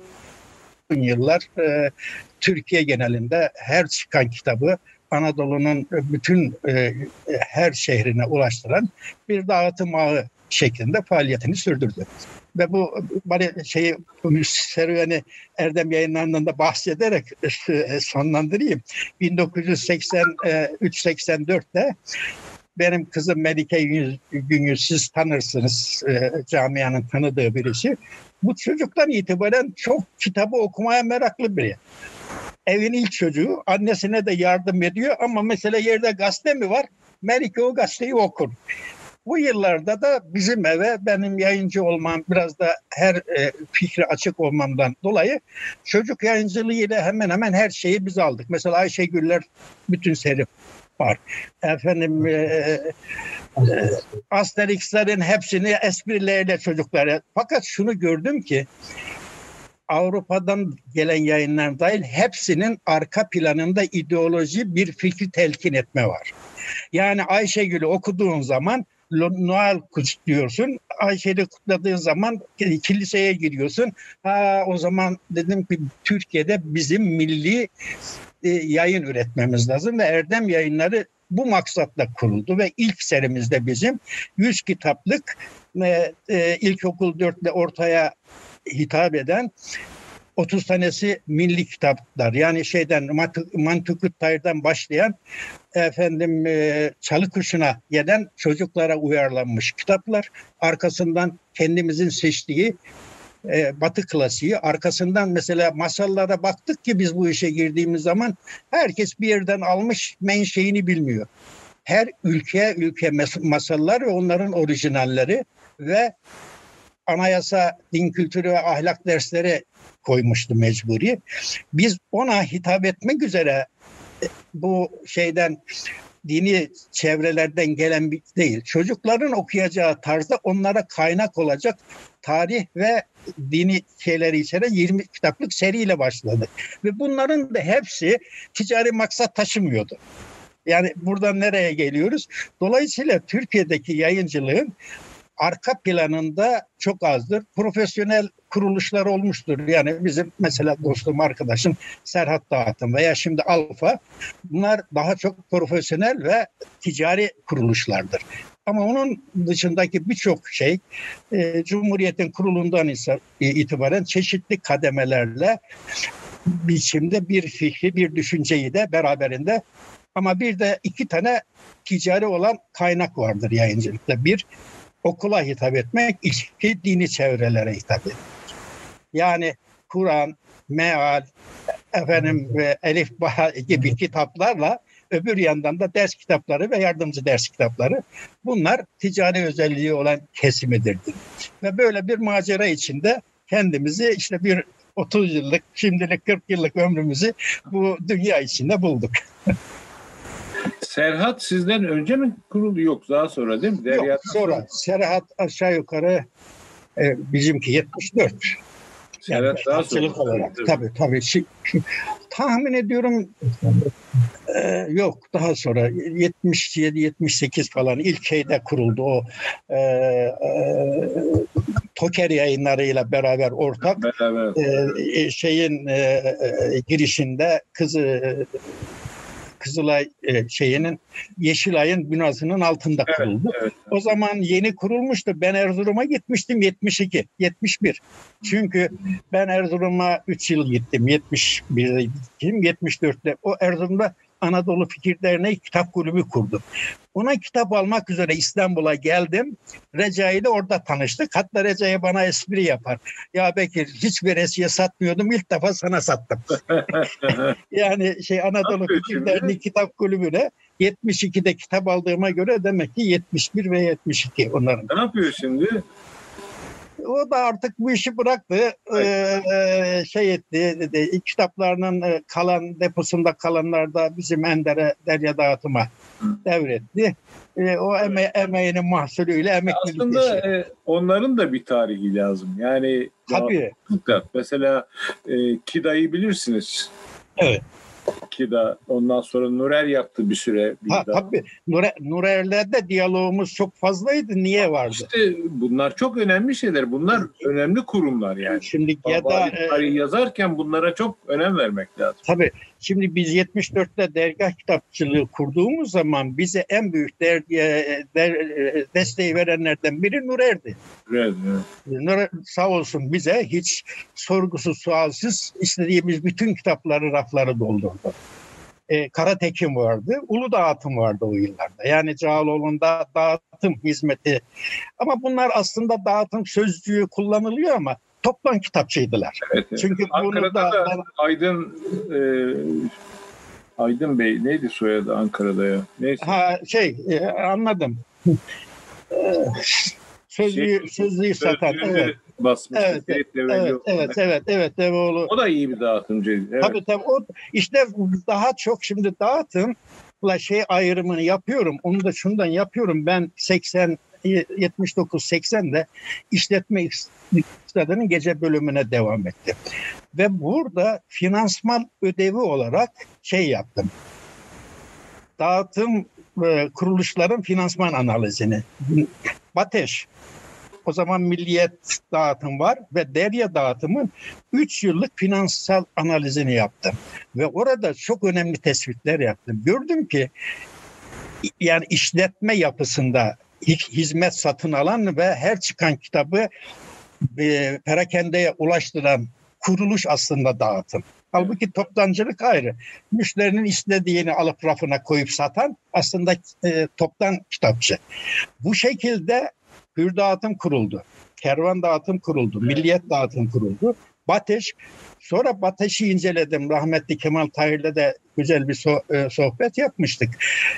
yıllar e, Türkiye genelinde her çıkan kitabı Anadolu'nun bütün e, her şehrine ulaştıran bir dağıtım ağı şeklinde faaliyetini sürdürdü. Ve bu şeyi serüveni Erdem Yayınları'ndan da bahsederek sonlandırayım. bin dokuz yüz seksen üç seksen dörtte benim kızım Melike Güngör, siz tanırsınız, e, camianın tanıdığı birisi. Bu çocuktan itibaren çok kitabı okumaya meraklı biri. Evin ilk çocuğu, annesine de yardım ediyor ama mesela yerde gazete mi var? Melike o gazeteyi okur. Bu yıllarda da bizim eve benim yayıncı olmam, biraz da her e, fikri açık olmamdan dolayı çocuk yayıncılığıyla hemen hemen her şeyi biz aldık. Mesela Ayşegüller bütün seri var. Efendim e, e, Asterix'lerin hepsini esprilerle çocuklara. Fakat şunu gördüm ki Avrupa'dan gelen yayınlar dahil hepsinin arka planında ideoloji, bir fikri telkin etme var. Yani Ayşegül'ü okuduğun zaman Noel kutluyorsun. Ayşe'yi kutladığın zaman kiliseye giriyorsun. Ha, o zaman dedim ki Türkiye'de bizim milli e, yayın üretmemiz lazım ve Erdem Yayınları bu maksatla kuruldu ve ilk serimizde bizim yüz kitaplık e, e, ilkokul dörtle ortaya hitap eden otuz tanesi milli kitaplar. Yani şeyden Mantıklı Tayr'dan başlayan efendim e, Çalı Kuşu'na gelen çocuklara uyarlanmış kitaplar. Arkasından kendimizin seçtiği e, Batı klasiği. Arkasından mesela masallara baktık ki biz bu işe girdiğimiz zaman herkes bir yerden almış, menşeini bilmiyor. Her ülke ülke masallar ve onların orijinalleri ve anayasa, din kültürü ve ahlak dersleri koymuştu mecburi. Biz ona hitap etmek üzere bu şeyden, dini çevrelerden gelen bir değil. Çocukların okuyacağı tarzda onlara kaynak olacak tarih ve dini şeyleri içeren yirmi kitaplık seriyle başladı. Ve bunların da hepsi ticari maksat taşımıyordu. Yani buradan nereye geliyoruz? Dolayısıyla Türkiye'deki yayıncılığın arka planında çok azdır. Profesyonel kuruluşlar olmuştur. Yani bizim mesela dostum, arkadaşım Serhat Dağıtım veya şimdi Alfa, bunlar daha çok profesyonel ve ticari kuruluşlardır. Ama onun dışındaki birçok şey e, Cumhuriyet'in kurulundan ise, e, itibaren çeşitli kademelerle biçimde bir fikri, bir düşünceyi de beraberinde, ama bir de iki tane ticari olan kaynak vardır yayıncılıkta. Bir, okula hitap etmek, iki, dini çevrelere hitap etmek. Yani Kur'an, meal, efendim ve elif ba gibi kitaplarla öbür yandan da ders kitapları ve yardımcı ders kitapları, bunlar ticari özelliği olan kesimidir. Ve böyle bir macera içinde kendimizi işte bir otuz yıllık, şimdilik kırk yıllık ömrümüzü bu dünya içinde bulduk. Serhat sizden önce mi kuruldu, yok daha sonra değil mi? Derya Yok, sonra. Serhat aşağı yukarı e, bizimki yetmiş dört. Serhat Yani daha sonra. olarak. Tabii tabii. Şi, şi, tahmin ediyorum e, yok daha sonra yetmiş yedi yetmiş sekiz falan ilk şeyde kuruldu o e, e, Toker yayınlarıyla beraber ortak Beraber. e, şeyin e, e, girişinde kızı Kızılay e, şeyinin Yeşilay'ın binasının altında kuruldu. Evet, evet. O zaman yeni kurulmuştu. Ben Erzurum'a gitmiştim yetmiş iki, yetmiş bir. Çünkü ben Erzurum'a üç yıl gittim. yetmiş birde gittim, yetmiş dörtte. O Erzurum'da Anadolu Fikir Derneği kitap kulübü kurdum. Ona kitap almak üzere İstanbul'a geldim. Recai ile orada tanıştık. Hatta Recai bana espri yapar. Ya Bekir, hiçbir esiye satmıyordum. İlk defa sana sattım. Yani şey Anadolu Fikir Derneği kitap kulübüne yetmiş ikide kitap aldığıma göre demek ki yetmiş bir ve yetmiş iki onların. Ne yapıyor şimdi? O da artık bu işi bıraktı, ee, şey etti, dedi, kitaplarının kalan deposunda kalanlar da bizim Ender'e, Derya Dağıtım'a devretti. E, o eme emeğinin mahsulüyle emeklilik aslında yaşıyor. e, onların da bir tarihi lazım. Yani tabii. Mesela e, Kida'yı bilirsiniz. Evet. Kida, ondan sonra Nurer yaptı bir süre. Bir ha, tabii. Nurer, Nurer'le diyalogumuz çok fazlaydı. Niye vardı? İşte bunlar çok önemli şeyler. Bunlar önemli kurumlar yani. Şimdi ya da tarihi yazarken bunlara çok önem vermek lazım. Tabii. Şimdi biz yetmiş dörtte dergah kitapçılığı kurduğumuz zaman bize en büyük der, der, desteği verenlerden biri Nurer'di. Evet, evet. Nurer sağ olsun bize hiç sorgusuz sualsiz istediğimiz bütün kitapları, rafları doldurdu. Ee, Karatekin vardı, Ulu Dağıtım vardı o yıllarda. Yani Cağaloğlu'nda dağıtım hizmeti. Ama bunlar aslında dağıtım sözcüğü kullanılıyor ama toplam kitapçıydılar. Evet, evet. Çünkü Ankara'da bunu da, da Aydın e, Aydın Bey neydi soyadı Ankara'da ya? Neyse. Ha şey e, anladım. Sözlüğü, şey, sözlüğü satan. Evet. Basmış. Evet, evet, evet, evet, evet, evet, Devoğlu. O da iyi bir dağıtımcıydı. Evet. Tabii tabii. O, işte daha çok şimdi dağıtımla şey ayrımını yapıyorum. Onu da şundan yapıyorum. Ben seksen yetmiş dokuz seksende işletme iktisadının gece bölümüne devam ettim. Ve burada finansman ödevi olarak şey yaptım. Dağıtım e, kuruluşların finansman analizini. BATEŞ, o zaman Milliyet Dağıtım var ve Derya Dağıtım'ın üç yıllık finansal analizini yaptım. Ve orada çok önemli tespitler yaptım. Gördüm ki yani işletme yapısında hizmet satın alan ve her çıkan kitabı e, perakendeye ulaştıran kuruluş aslında dağıtım. Halbuki toptancılık ayrı. Müşterinin istediğini alıp rafına koyup satan aslında e, toptan kitapçı. Bu şekilde Hür Dağıtım kuruldu. Kervan Dağıtım kuruldu. Milliyet Dağıtım kuruldu. BATEŞ. Sonra BATEŞ'i inceledim. Rahmetli Kemal Tahir'le de güzel bir so- e, sohbet yapmıştık.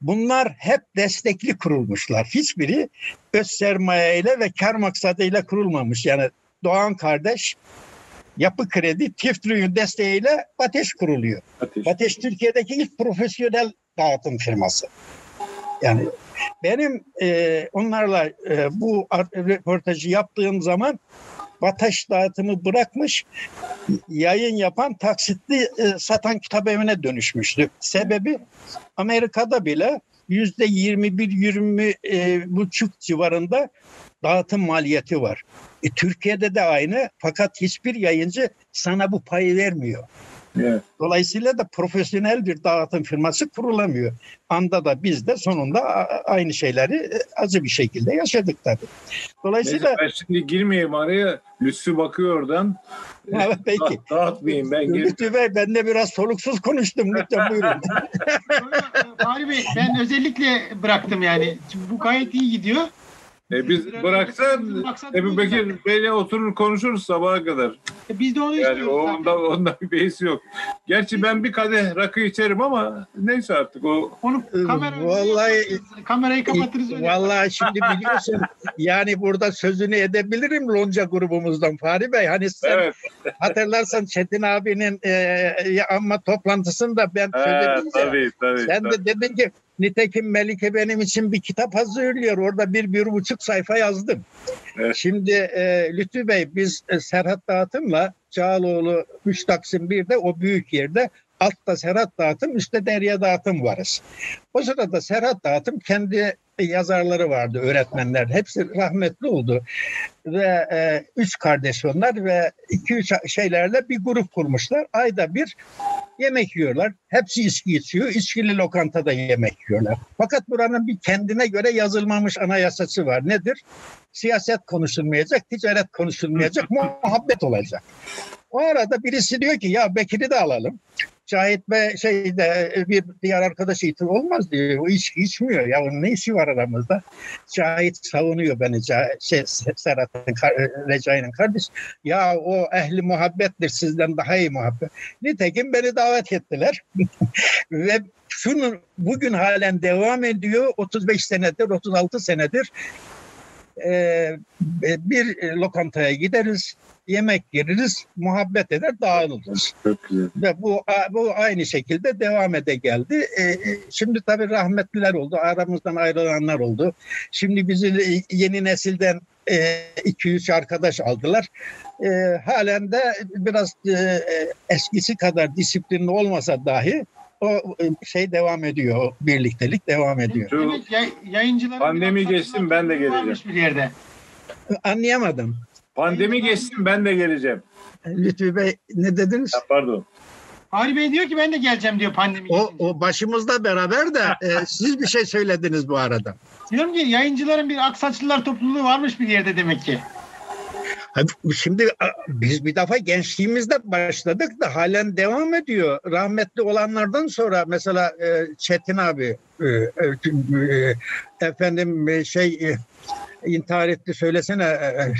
Bunlar hep destekli kurulmuşlar. Hiçbiri öz sermaye ile ve kar maksadıyla kurulmamış. Yani Doğan kardeş, Yapı Kredi, Tiftri'nin desteğiyle Bateş kuruluyor. Ateş. Bateş Türkiye'deki ilk profesyonel dağıtım firması. Yani benim e, onlarla e, bu röportajı yaptığım zaman Bateş dağıtımı bırakmış, yayın yapan, taksitli e, satan kitabevine dönüşmüştü. Sebebi Amerika'da bile yüzde yirmi bir yirmi buçuk civarında dağıtım maliyeti var. E, Türkiye'de de aynı, fakat hiçbir yayıncı sana bu payı vermiyor. Evet. Dolayısıyla da profesyonel bir dağıtım firması kurulamıyor. Anda da biz de sonunda aynı şeyleri acı bir şekilde yaşadık tabii. Dolayısıyla Neyse, ben şimdi girmeyeyim araya. Lütfü bakıyor oradan. Evet, peki. Da- Dağıtmayayım ben. Lütfü Bey, ben de biraz soluksuz konuştum. Lütfen buyurun. Fahri Bey, ben özellikle bıraktım yani. Bu gayet iyi gidiyor. E biz bıraksan Ebu Bekir Bey'le oturur konuşuruz sabaha kadar. E biz de onu Yani istiyoruz zaten. onda, onda bir beis yok. Gerçi ben bir kadeh rakı içerim ama neyse artık o. Onu kamera Vallahi kamerayı kapatırız öyle. Vallahi şimdi biliyorsun, yani burada sözünü edebilirim Lonca grubumuzdan Fahri Bey. Hani sen Evet. hatırlarsan Çetin abinin e, amma toplantısında ben He, söyledim ya. tabii tabii. Sen tabii. de dedin ki nitekim Melike benim için bir kitap hazırlıyor. Orada bir, bir buçuk sayfa yazdım. Evet. Şimdi e, Lütfü Bey, biz e, Serhat Dağıtım'la Çağaloğlu üç Taksim birde, o büyük yerde, altta Serhat Dağıtım, üstte Derya Dağıtım varız. O sırada Serhat Dağıtım kendi yazarları vardı, öğretmenler. Hepsi rahmetli oldu. Ve e, üç kardeş onlar ve iki üç şeylerle bir grup kurmuşlar. Ayda bir yemek yiyorlar. Hepsi içki içiyor. İçkili lokantada yemek yiyorlar. Fakat buranın bir kendine göre yazılmamış anayasası var. Nedir? Siyaset konuşulmayacak, ticaret konuşulmayacak, muhabbet olacak. O arada birisi diyor ki ya Bekir'i de alalım. Cahit Bey şeyde bir diğer arkadaşı itir olmaz diyor. O iç, içmiyor ya, onun ne işi var aramızda? Cahit savunuyor beni. Şey, Serhat'ın, Recai'nin kardeş. Ya o ehli muhabbettir, sizden daha iyi muhabbet. Nitekim beni davet ettiler. Ve şunu bugün halen devam ediyor. otuz beş senedir, otuz altı senedir Ee, bir lokantaya gideriz, yemek yeriz, muhabbet eder, dağılırız. Çok güzel. Ve bu bu aynı şekilde devam ede geldi. Ee, şimdi tabii rahmetliler oldu, aramızdan ayrılanlar oldu. Şimdi bizi yeni nesilden iki üç arkadaş aldılar. E, halen de biraz e, eskisi kadar disiplinli olmasa dahi o şey devam ediyor, o birliktelik devam ediyor. Şu Evet, yay, yayıncıların pandemi geçsin, ben de geleceğim. Bir yerde. Anlayamadım. Pandemi geçsin, ben de geleceğim. Lütfü Bey, ne dediniz? Ya, pardon. Fahri Bey diyor ki ben de geleceğim diyor pandemi O, geçince. o başımızda beraber de e, siz bir şey söylediniz bu arada. Diyorum ki yayıncıların bir Aksaçlılar topluluğu varmış bir yerde demek ki. Şimdi biz bir defa gençliğimizde başladık da halen devam ediyor. Rahmetli olanlardan sonra mesela Çetin abi efendim şey intihar etti, söylesene.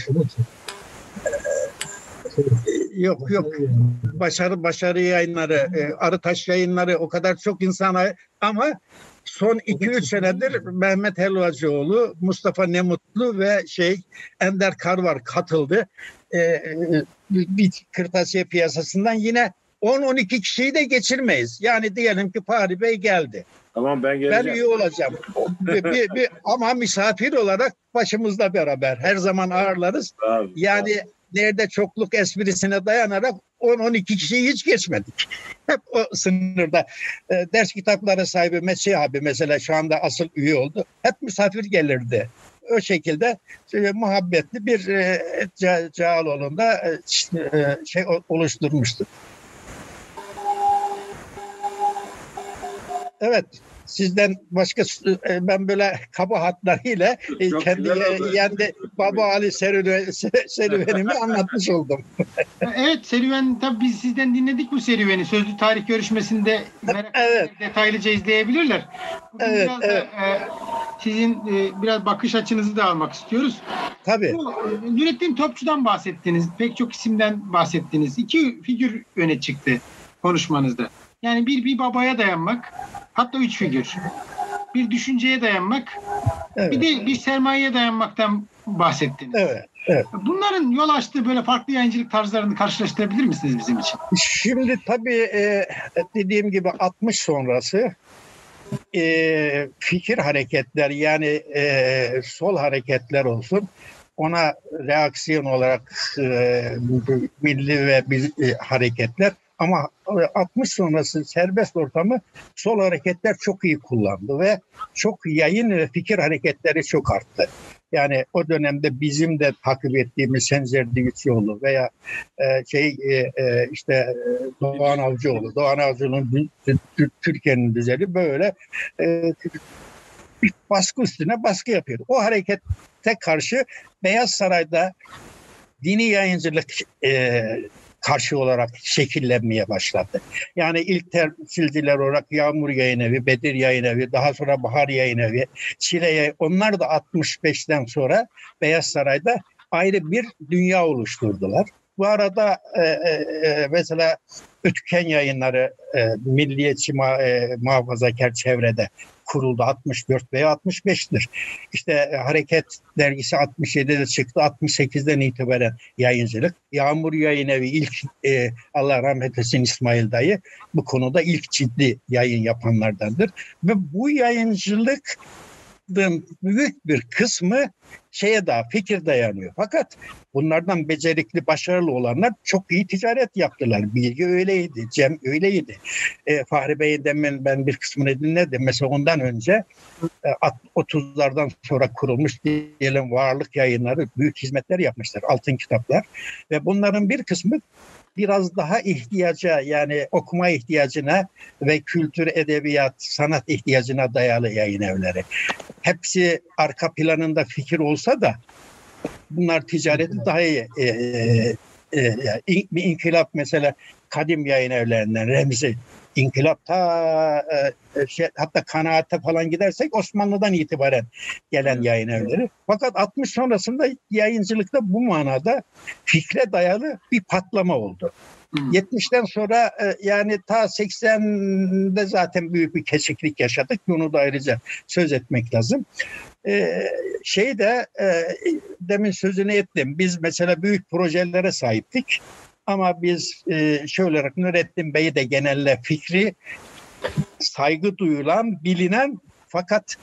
Yok yok. Başarı başarı yayınları, Arıtaş yayınları, o kadar çok insana, ama son iki üç senedir Mehmet Helvacıoğlu, Mustafa Nemutlu ve şey Ender Karvar katıldı. Ee, bir kırtasiye piyasasından yine on on iki kişiyi de geçirmeyiz. Yani diyelim ki Fahri Bey geldi. Tamam, ben Ben geleceğim. üye olacağım. bir, bir, bir, ama misafir olarak başımızla beraber her zaman ağırlarız. Abi, Yani nerede çokluk esprisine dayanarak on on iki kişiyi hiç geçmedik. Hep o sınırda. E, ders kitapları sahibi Mesih abi mesela şu anda asıl üye oldu. Hep misafir gelirdi. O şekilde e, muhabbetli bir e, Cağaloğlu'nda e, şey oluşturmuştuk. Evet. Sizden başka ben böyle kaba hatlarıyla Çok kendi yendi Baba Ali serüven, serüvenimi anlatmış oldum. Evet, serüven tabii biz sizden dinledik bu serüveni. Sözlü tarih görüşmesinde merak Evet. detaylıca izleyebilirler. Bugün Evet, biraz evet. da e, sizin e, biraz bakış açınızı da almak istiyoruz. Tabii. Bu, e, Nurettin Topçu'dan bahsettiniz. Pek çok isimden bahsettiniz. İki figür öne çıktı konuşmanızda. Yani bir bir babaya dayanmak, hatta üç figür. bir düşünceye dayanmak, Evet. bir de bir sermayeye dayanmaktan bahsettiniz. Evet. Evet. Bunların yol açtığı böyle farklı yayıncılık tarzlarını karşılaştırabilir misiniz bizim için? Şimdi tabii e, dediğim gibi altmış sonrası e, fikir hareketler yani e, sol hareketler olsun ona reaksiyon olarak e, milli ve bir e, hareketler ama altmış sonrası serbest ortamı sol hareketler çok iyi kullandı ve çok yayın ve fikir hareketleri çok arttı. Yani o dönemde bizim de takip ettiğimiz Sencer Divitsioğlu veya e, şey e, e, işte Doğan Avcıoğlu, Doğan Avcıoğlu'nun Türkiye'nin düzeni böyle e, baskı üstüne baskı yapıyordu. O harekete karşı Beyaz Saray'da dini yayıncılık e, karşı olarak şekillenmeye başladı. Yani ilk temsilciler olarak Yağmur Yayınevi, Bedir Yayınevi, daha sonra Bahar Yayınevi, Çile Yayınevi, onlar da altmış beşten sonra Beyaz Saray'da ayrı bir dünya oluşturdular. Bu arada e, e, mesela Ötken Yayınları e, milliyetçi ma, e, muhafazakar çevrede kuruldu altmış dört veya altmış beştir. İşte e, Hareket dergisi altmış yedide çıktı. altmış sekizden itibaren yayıncılık. Yağmur Yayınevi ilk e, Allah rahmet eylesin İsmail dayı bu konuda ilk ciddi yayın yapanlardandır. Ve bu yayıncılık büyük bir kısmı şeye daha fikir dayanıyor. Fakat bunlardan becerikli, başarılı olanlar çok iyi ticaret yaptılar. Bilgi öyleydi, Cem öyleydi. E, Fahri Bey'in demin ben bir kısmını dinledim. Mesela ondan önce e, otuzlardan sonra kurulmuş diyelim varlık yayınları büyük hizmetler yapmışlar. Altın kitaplar. Ve bunların bir kısmı biraz daha ihtiyaca yani okuma ihtiyacına ve kültür, edebiyat, sanat ihtiyacına dayalı yayın evleri. Hepsi arka planında fikir olsa da bunlar ticareti daha iyi. E, e, e, bir inkılap mesela kadim yayın evlerinden Remzi İnkılap ta e, şey, hatta Kanaat'e falan gidersek Osmanlı'dan itibaren gelen yayın evleri. Fakat altmış sonrasında yayıncılıkta bu manada fikre dayalı bir patlama oldu. Hmm. yetmişten sonra e, yani ta seksende zaten büyük bir kesiklik yaşadık. Bunu da ayrıca söz etmek lazım. E, şey de e, demin sözünü ettim. Biz mesela büyük projelere sahiptik. Ama biz e, şöyle olarak Nurettin Bey'i de genelde fikri saygı duyulan, bilinen fakat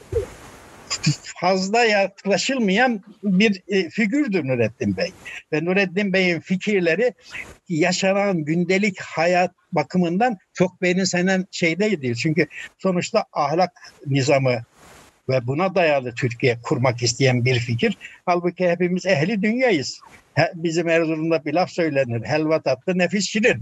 fazla yaklaşılmayan bir e, figürdür Nurettin Bey. Ve Nurettin Bey'in fikirleri yaşanan gündelik hayat bakımından çok benimsenen şey değil. Çünkü sonuçta ahlak nizamı ve buna dayalı Türkiye kurmak isteyen bir fikir. Halbuki hepimiz ehli dünyayız. Bizim Erzurum'da bir laf söylenir. Helva tatlı, nefis şirin.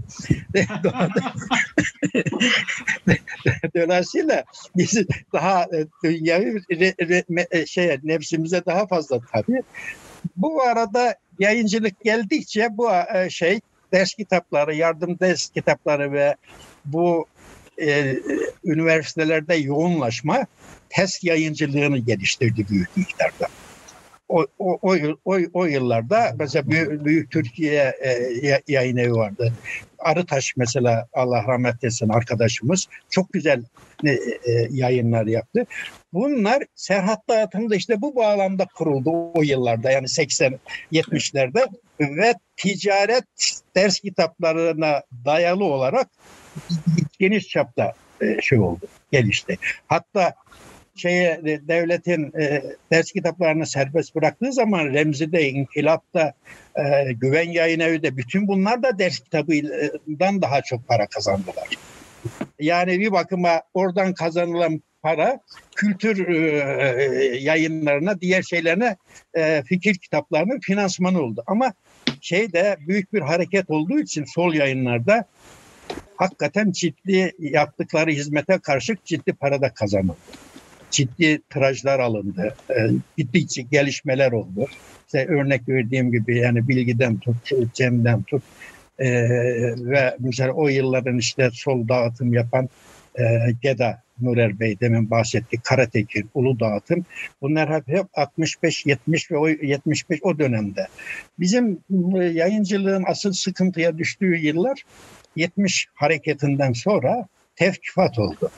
Dolayısıyla biz daha dünyavi şey, nefsimize daha fazla tabii. Bu arada yayıncılık geldikçe bu şey ders kitapları, yardım ders kitapları ve bu e, üniversitelerde yoğunlaşma test yayıncılığını geliştirdi büyük miktarda. O, o, o, o, o yıllarda mesela Büyük, Büyük Türkiye e, yayın evi vardı. Arıtaş mesela Allah rahmet eylesin arkadaşımız çok güzel e, e, yayınlar yaptı. Bunlar Serhat Dağıtım'da işte bu bağlamda kuruldu o yıllarda yani seksen yetmişlerde ve ticaret ders kitaplarına dayalı olarak geniş çapta e, şey oldu, gelişti. Hatta şeye devletin e, ders kitaplarını serbest bıraktığı zaman Remzi'de, İnkılap'ta, e, Güven Yayınevi'de bütün bunlar da ders kitabından daha çok para kazandılar. Yani bir bakıma oradan kazanılan para kültür e, yayınlarına, diğer şeylerine e, fikir kitaplarının finansmanı oldu. Ama şeyde büyük bir hareket olduğu için sol yayınlarda hakikaten ciddi yaptıkları hizmete karşı ciddi para da kazanıldı. Ciddi tirajlar alındı. Ciddi gelişmeler oldu. İşte örnek verdiğim gibi yani Bilgi'den tut, Cem'den tut e, ve mesela o yılların işte sol dağıtım yapan e, Geda Nurer Bey demin bahsettik, Karatekin, Ulu Dağıtım. Bunlar hep, hep altmış beş yetmiş ve o yetmiş beş o dönemde. Bizim yayıncılığın asıl sıkıntıya düştüğü yıllar yetmiş hareketinden sonra tevkifat oldu.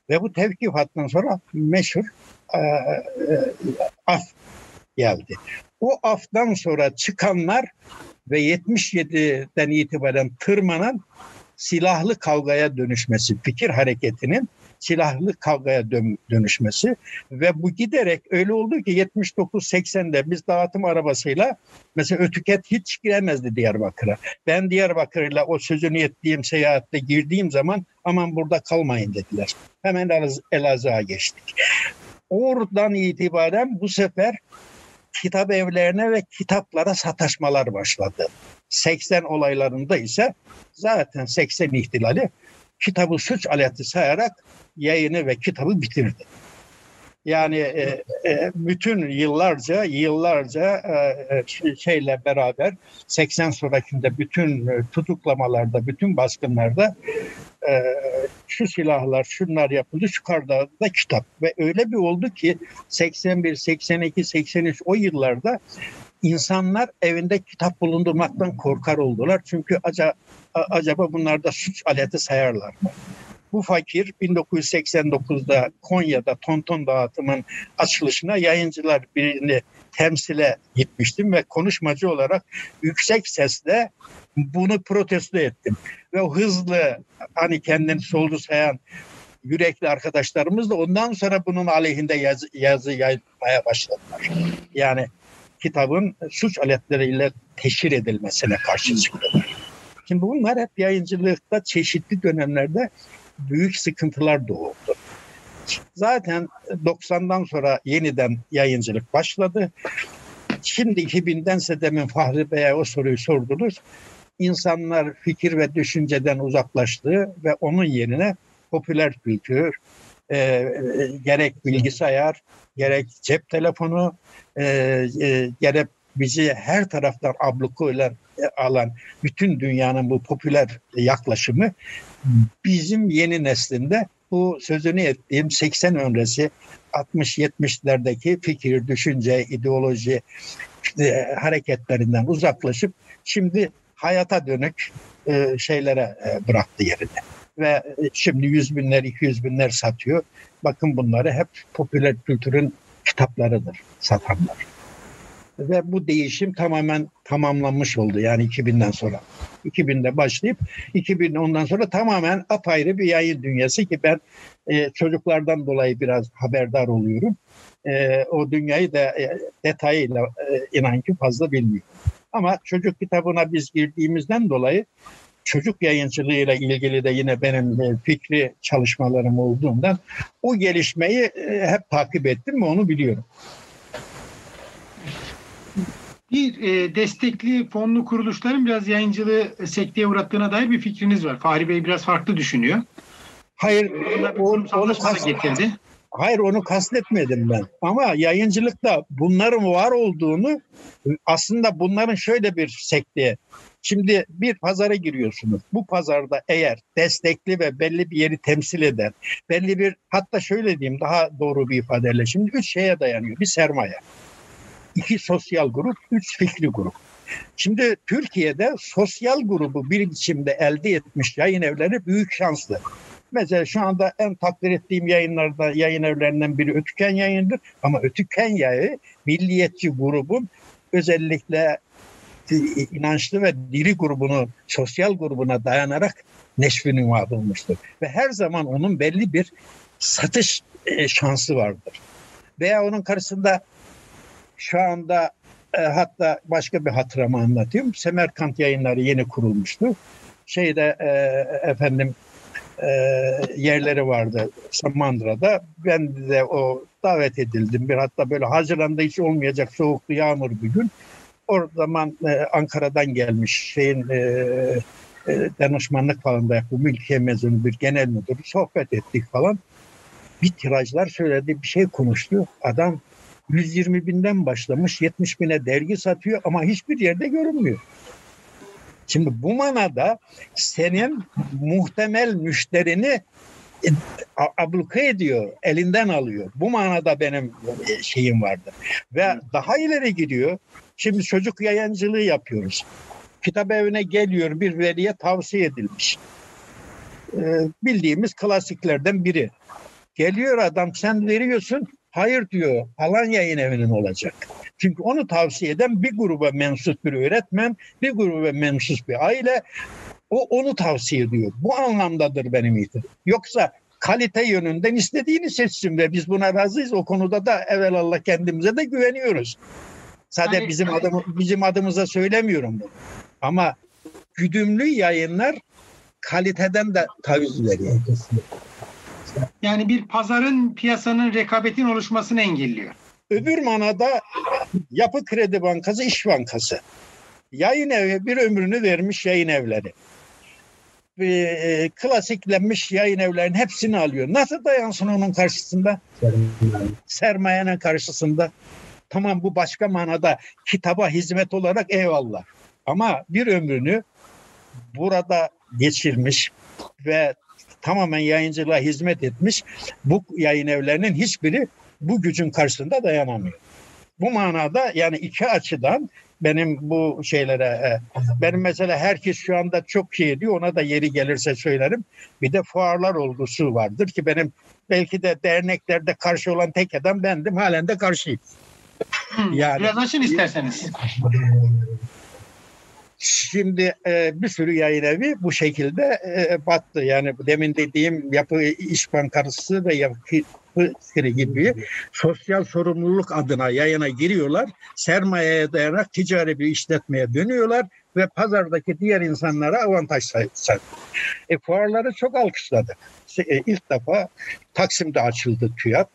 Ve bu tevkifattan sonra meşhur e, e, af geldi. O aftan sonra çıkanlar ve yetmiş yediden itibaren tırmanan silahlı kavgaya dönüşmesi, fikir hareketinin silahlı kavgaya dönüşmesi ve bu giderek öyle oldu ki yetmiş dokuz seksende biz dağıtım arabasıyla mesela Ötüket hiç giremezdi Diyarbakır'a. Ben Diyarbakır'la o sözünü ettiğim seyahatte girdiğim zaman aman burada kalmayın dediler. Hemen Elazığ'a geçtik. Oradan itibaren bu sefer kitap evlerine ve kitaplara sataşmalar başladı. seksen olaylarında ise zaten seksen ihtilali kitabı suç aleti sayarak yayını ve kitabı bitirdi. Yani e, e, bütün yıllarca yıllarca e, şeyle beraber seksen sonrakinde bütün tutuklamalarda, bütün baskınlarda e, şu silahlar, şunlar yapıldı, şu kadar da kitap. Ve öyle bir oldu ki seksen bir, seksen iki, seksen üç o yıllarda insanlar evinde kitap bulundurmaktan korkar oldular. Çünkü acaba, acaba bunlar da suç aleti sayarlar mı? Bu fakir bin dokuz yüz seksen dokuzda Konya'da Tonton Dağıtım'ın açılışına Yayıncılar Birliği'ni temsile gitmiştim ve konuşmacı olarak yüksek sesle bunu protesto ettim. Ve o hızlı hani kendini soldu sayan yürekli arkadaşlarımız da ondan sonra bunun aleyhinde yazı, yazı yazmaya başladılar. Yani kitabın suç aletleriyle teşhir edilmesine karşı çıkıyorlar. Şimdi bunlar hep yayıncılıkta çeşitli dönemlerde büyük sıkıntılar doğurdu. Zaten doksandan sonra yeniden yayıncılık başladı. Şimdi iki bindense demin Fahri Bey'e o soruyu sordunuz. İnsanlar fikir ve düşünceden uzaklaştı ve onun yerine popüler kültür, e, e, gerek bilgisayar, gerek cep telefonu, e, e, gerek bizi her taraftan ablukuyla alan bütün dünyanın bu popüler yaklaşımı bizim yeni neslinde bu sözünü ettiğim seksen öncesi altmış yetmişlerdeki fikir, düşünce, ideoloji e, hareketlerinden uzaklaşıp şimdi hayata dönük e, şeylere e, bıraktı yerini. Ve e, şimdi yüz binler, iki yüz binler satıyor. Bakın bunları hep popüler kültürün kitaplarıdır satanlar. Ve bu değişim tamamen tamamlanmış oldu yani iki binden sonra. iki binde başlayıp iki bin ondan sonra tamamen apayrı bir yayın dünyası ki ben e, çocuklardan dolayı biraz haberdar oluyorum. E, o dünyayı da e, detayıyla e, inan ki fazla bilmiyorum. Ama çocuk kitabına biz girdiğimizden dolayı çocuk yayıncılığıyla ilgili de yine benim e, fikri çalışmalarım olduğundan o gelişmeyi e, hep takip ettim ve onu biliyorum. Bir e, destekli fonlu kuruluşların biraz yayıncılığı sekteye uğrattığına dair bir fikriniz var. Fahri Bey biraz farklı düşünüyor. Hayır, onu, onu kast- getirdi. Hayır onu kastetmedim ben. Ama yayıncılıkta bunların var olduğunu aslında bunların şöyle bir sekteye. Şimdi bir pazara giriyorsunuz. Bu pazarda eğer destekli ve belli bir yeri temsil eden, belli bir hatta şöyle diyeyim daha doğru bir ifadeyle. Şimdi üç şeye dayanıyor. Bir sermaye. İki sosyal grup, üç fikri grup. Şimdi Türkiye'de sosyal grubu bir biçimde elde etmiş yayın evleri büyük şanslı. Mesela şu anda en takdir ettiğim yayınlarda yayın evlerinden biri Ötüken Yayın'dır. Ama Ötüken Yayı milliyetçi grubun özellikle inançlı ve diri grubunu, sosyal grubuna dayanarak neşrine vaat olmuştur. Ve her zaman onun belli bir satış şansı vardır. Veya onun karşısında şu anda e, hatta başka bir hatıramı anlatayım. Semerkant Yayınları yeni kurulmuştu. Şeyde e, efendim e, yerleri vardı Samandıra'da. Ben de o davet edildim. Bir hatta böyle Haziran'da hiç olmayacak soğuklu yağmur bir gün. O zaman e, Ankara'dan gelmiş şeyin e, e, danışmanlık falan da yapıyor. Mülkiye mezunu bir genel müdür. Sohbet ettik falan. Bir tirajlar söyledi, bir şey konuştu. Adam yüz yirmi binden başlamış yetmiş bine dergi satıyor ama hiçbir yerde görünmüyor. Şimdi bu manada senin muhtemel müşterini abluka ediyor, elinden alıyor. Bu manada benim şeyim vardır. Ve daha ileri gidiyor. Şimdi çocuk yayıncılığı yapıyoruz. Kitap evine geliyor bir veliye tavsiye edilmiş. Ee, bildiğimiz klasiklerden biri. Geliyor adam, sen veriyorsun, hayır diyor, falan yayın evinin olacak. Çünkü onu tavsiye eden bir gruba mensup bir öğretmen, bir gruba mensup bir aile, o onu tavsiye ediyor. Bu anlamdadır benim itirazım. Yoksa kalite yönünden istediğini seçsin ve biz buna razıyız. O konuda da evelallah kendimize de güveniyoruz. Sadece Yani- bizim adım, bizim adımıza söylemiyorum bunu. Ama güdümlü yayınlar kaliteden de taviz veriyor. Yani bir pazarın, piyasanın, rekabetin oluşmasını engelliyor. Öbür manada Yapı Kredi Bankası, İş Bankası. Yayın evi bir ömrünü vermiş yayın evleri. E, klasiklenmiş yayın evlerinin hepsini alıyor. Nasıl dayansın onun karşısında? Sermayenin karşısında. Tamam, bu başka manada kitaba hizmet olarak eyvallah. Ama bir ömrünü burada geçirmiş ve tamamen yayıncılığa hizmet etmiş bu yayın evlerinin hiçbiri bu gücün karşısında dayanamıyor. Bu manada yani iki açıdan benim bu şeylere, benim mesela herkes şu anda çok şey diyor, ona da yeri gelirse söylerim. Bir de fuarlar olgusu vardır ki benim belki de derneklerde karşı olan tek adam bendim, halen de karşıyım. Hmm, Yani- Biraz açın isterseniz. Şimdi e, bir sürü yayın evi bu şekilde e, battı. Yani demin dediğim Yapı İş Bankası ve Yapı Kredi gibi sosyal sorumluluk adına yayına giriyorlar. Sermayeye dayanarak ticari bir işletmeye dönüyorlar ve pazardaki diğer insanlara avantaj sağlıyor. E, fuarları çok alkışladık. E, ilk defa Taksim'de açıldı TÜYAP.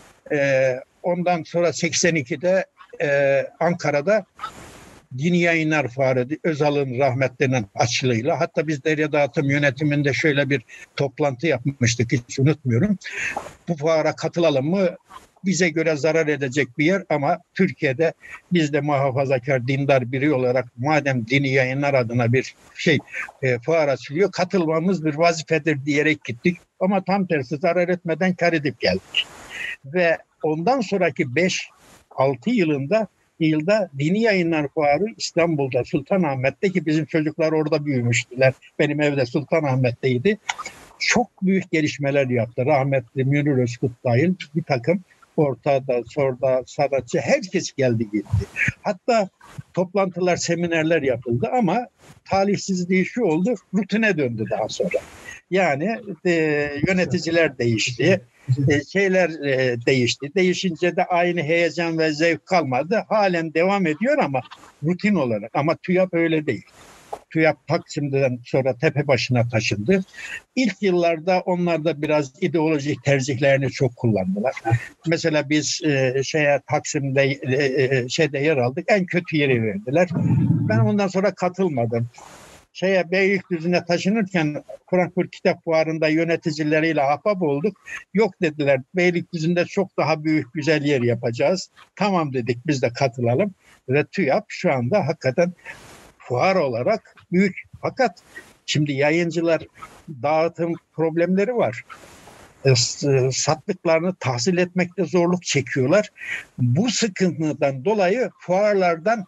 E, ondan sonra seksen ikide e, Ankara'da Dini Yayınlar Fuarı, Özal'ın rahmetlinin açılığıyla, hatta biz Derya Dağıtım yönetiminde şöyle bir toplantı yapmıştık, hiç unutmuyorum. Bu fuara katılalım mı? Bize göre zarar edecek bir yer ama Türkiye'de biz de muhafazakar, dindar biri olarak madem dini yayınlar adına bir şey e, fuar açılıyor, katılmamız bir vazifedir diyerek gittik. Ama tam tersi, zarar etmeden kar edip geldik. Ve ondan sonraki beş altı yılında yılda Dini Yayınlar Fuarı İstanbul'da, Sultanahmet'te, ki bizim çocuklar orada büyümüştüler. Benim evde Sultanahmet'teydi. Çok büyük gelişmeler yaptı. Rahmetli Münir Özkut dahil bir takım ortada, sorda, sanatçı herkes geldi gitti. Hatta toplantılar, seminerler yapıldı ama talihsizliği şu oldu, rutine döndü daha sonra. Yani e, yöneticiler değişti. E, şeyler e, değişti. Değişince de aynı heyecan ve zevk kalmadı. Halen devam ediyor ama rutin olarak. Ama TÜYAP öyle değil. TÜYAP Taksim'den sonra Tepebaşı'na taşındı. İlk yıllarda onlar da biraz ideolojik tercihlerini çok kullandılar. Mesela biz e, şeye Taksim'de e, e, şeyde yer aldık. En kötü yeri verdiler. Ben ondan sonra katılmadım. Şeye Beylikdüzü'ne taşınırken Frankfurt Kitap Fuarı'nda yöneticileriyle ahbap olduk. Yok dediler, Beylikdüzü'nde çok daha büyük güzel yer yapacağız. Tamam dedik, biz de katılalım. Ve TÜYAP şu anda hakikaten fuar olarak büyük. Fakat şimdi yayıncılar dağıtım problemleri var. E, sattıklarını tahsil etmekte zorluk çekiyorlar. Bu sıkıntıdan dolayı fuarlardan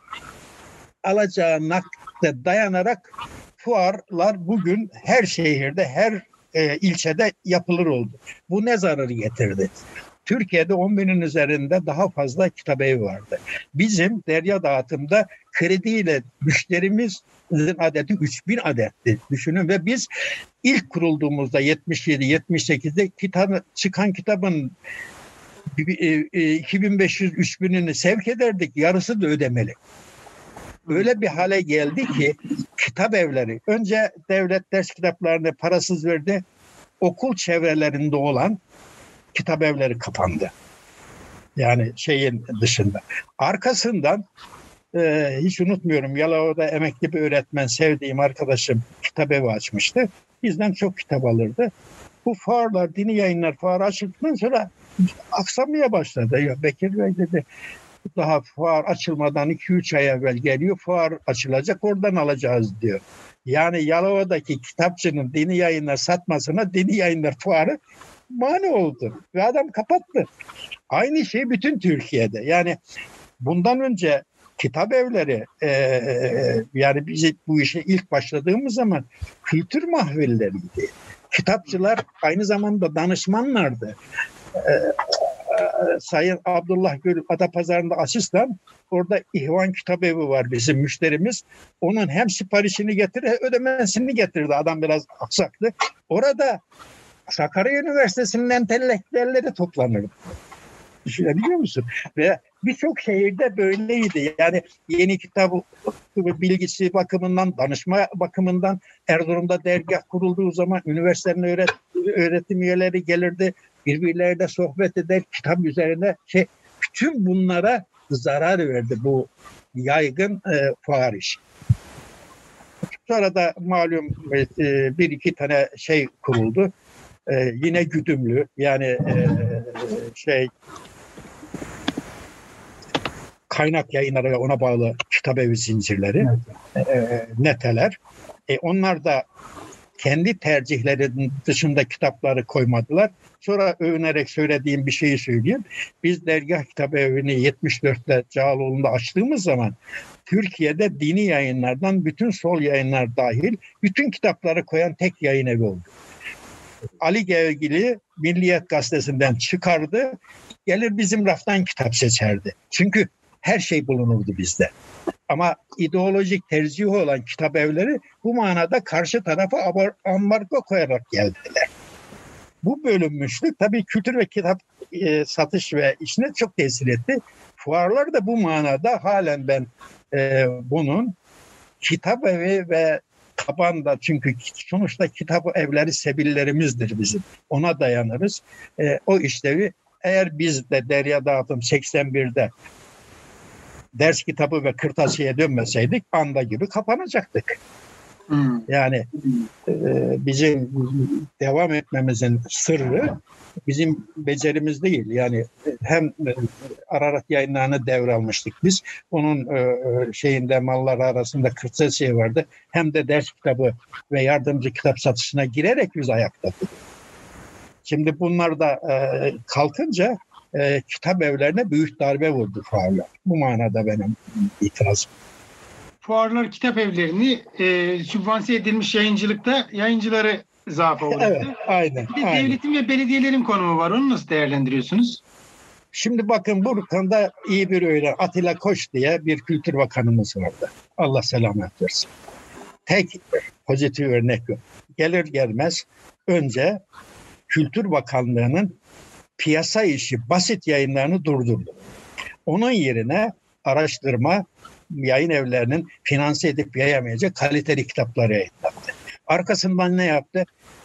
alacağı nakde dayanarak fuarlar bugün her şehirde, her e, ilçede yapılır oldu. Bu ne zararı getirdi? Türkiye'de on binin üzerinde daha fazla kitabevi vardı. Bizim Derya Dağıtım'da krediyle müşterimizin adedi üç bin adetti. Düşünün, ve biz ilk kurulduğumuzda yetmiş yedi yetmiş sekizde kitabı, çıkan kitabın iki bin beş yüz üç binini sevk ederdik, yarısı da ödemeli. Öyle bir hale geldi ki kitap evleri, önce devlet ders kitaplarını parasız verdi, okul çevrelerinde olan kitap evleri kapandı. Yani şeyin dışında. Arkasından e, hiç unutmuyorum, Yalova'da emekli bir öğretmen, sevdiğim arkadaşım kitap evi açmıştı. Bizden çok kitap alırdı. Bu fuarlar, Dini Yayınlar Fuarı açıldıktan sonra aksamaya başladı. Ya Bekir Bey dedi, daha fuar açılmadan iki üç ay evvel geliyor, fuar açılacak, oradan alacağız diyor. Yani Yalova'daki kitapçının Dini Yayınlar satmasına Dini Yayınlar Fuarı mani oldu ve adam kapattı. Aynı şey bütün Türkiye'de. Yani bundan önce kitap evleri e, yani biz bu işe ilk başladığımız zaman kültür mahvilleriydi. kitapçılar aynı zamanda danışmanlardı. Ee, Sayın Abdullah Gül Adapazarı'nda asistan, orada İhvan Kitabevi var bizim müşterimiz. Onun hem siparişini getirir, ödemesini getirdi. Adam biraz aksaktı. Orada Sakarya Üniversitesi'nin entelektüelleri toplanırdı. Düşünebiliyor musun? Ve birçok şehirde böyleydi. Yani yeni kitap bilgisi bakımından, danışma bakımından Erzurum'da dergah kurulduğu zaman üniversitenin öğret öğretim üyeleri gelirdi. Birbirleriyle sohbet eder, kitap üzerine şey, bütün bunlara zarar verdi bu yaygın e, fuar işi. Sonra da malum e, bir iki tane şey kuruldu. E, yine güdümlü, yani e, şey kaynak yayınları ve ona bağlı kitabevi zincirleri, evet. e, neteler. E, onlar da kendi tercihlerinin dışında kitapları koymadılar. Sonra övünerek söylediğim bir şeyi söyleyeyim. Biz dergah kitabevi'ni yetmiş dörtte Cağaloğlu'nda açtığımız zaman Türkiye'de dini yayınlardan bütün sol yayınlar dahil bütün kitapları koyan tek yayın evi oldu. Ali Gevgili Milliyet Gazetesi'nden çıkardı. Gelir bizim raftan kitap seçerdi. Çünkü her şey bulunurdu bizde. Ama ideolojik tercihi olan kitap evleri bu manada karşı tarafa ambargo koyarak geldiler. Bu bölünmüşlük tabii kültür ve kitap e, satış ve işine çok tesir etti. Fuarlar da bu manada halen ben e, bunun kitap evi ve tabanda, çünkü sonuçta kitap evleri sebillerimizdir bizim. Ona dayanırız. E, o işlevi eğer biz de Derya Dağıtım seksen birde ders kitabı ve kırtasiye dönmeseydik anda gibi kapanacaktık. Hmm. Yani e, bizim devam etmemizin sırrı bizim becerimiz değil. Yani hem Ararat Yayınları'nı devralmıştık biz. Onun e, şeyinde malları arasında kırtasiye vardı. Hem de ders kitabı ve yardımcı kitap satışına girerek biz ayaktaydık. Şimdi bunlar da e, kalkınca e, kitap evlerine büyük darbe vurdu fuarlar. Bu manada benim itirazım. Fuarlar kitap evlerini e, sübvanse edilmiş yayıncılıkta yayıncıları zaafa uğradı. Evet, aynen. Bir de aynen. devletin ve belediyelerin konumu var. Onu nasıl değerlendiriyorsunuz? Şimdi bakın, bu konuda iyi bir öyle Atilla Koç diye bir kültür bakanımız vardı. Allah selamet versin. Tek pozitif örnek yok. Gelir gelmez önce Kültür Bakanlığı'nın piyasa işi basit yayınlarını durdurdu. Onun yerine araştırma yayın evlerinin finanse edip yayamayacak kaliteli kitapları yayınladı. Arkasından ne yaptı?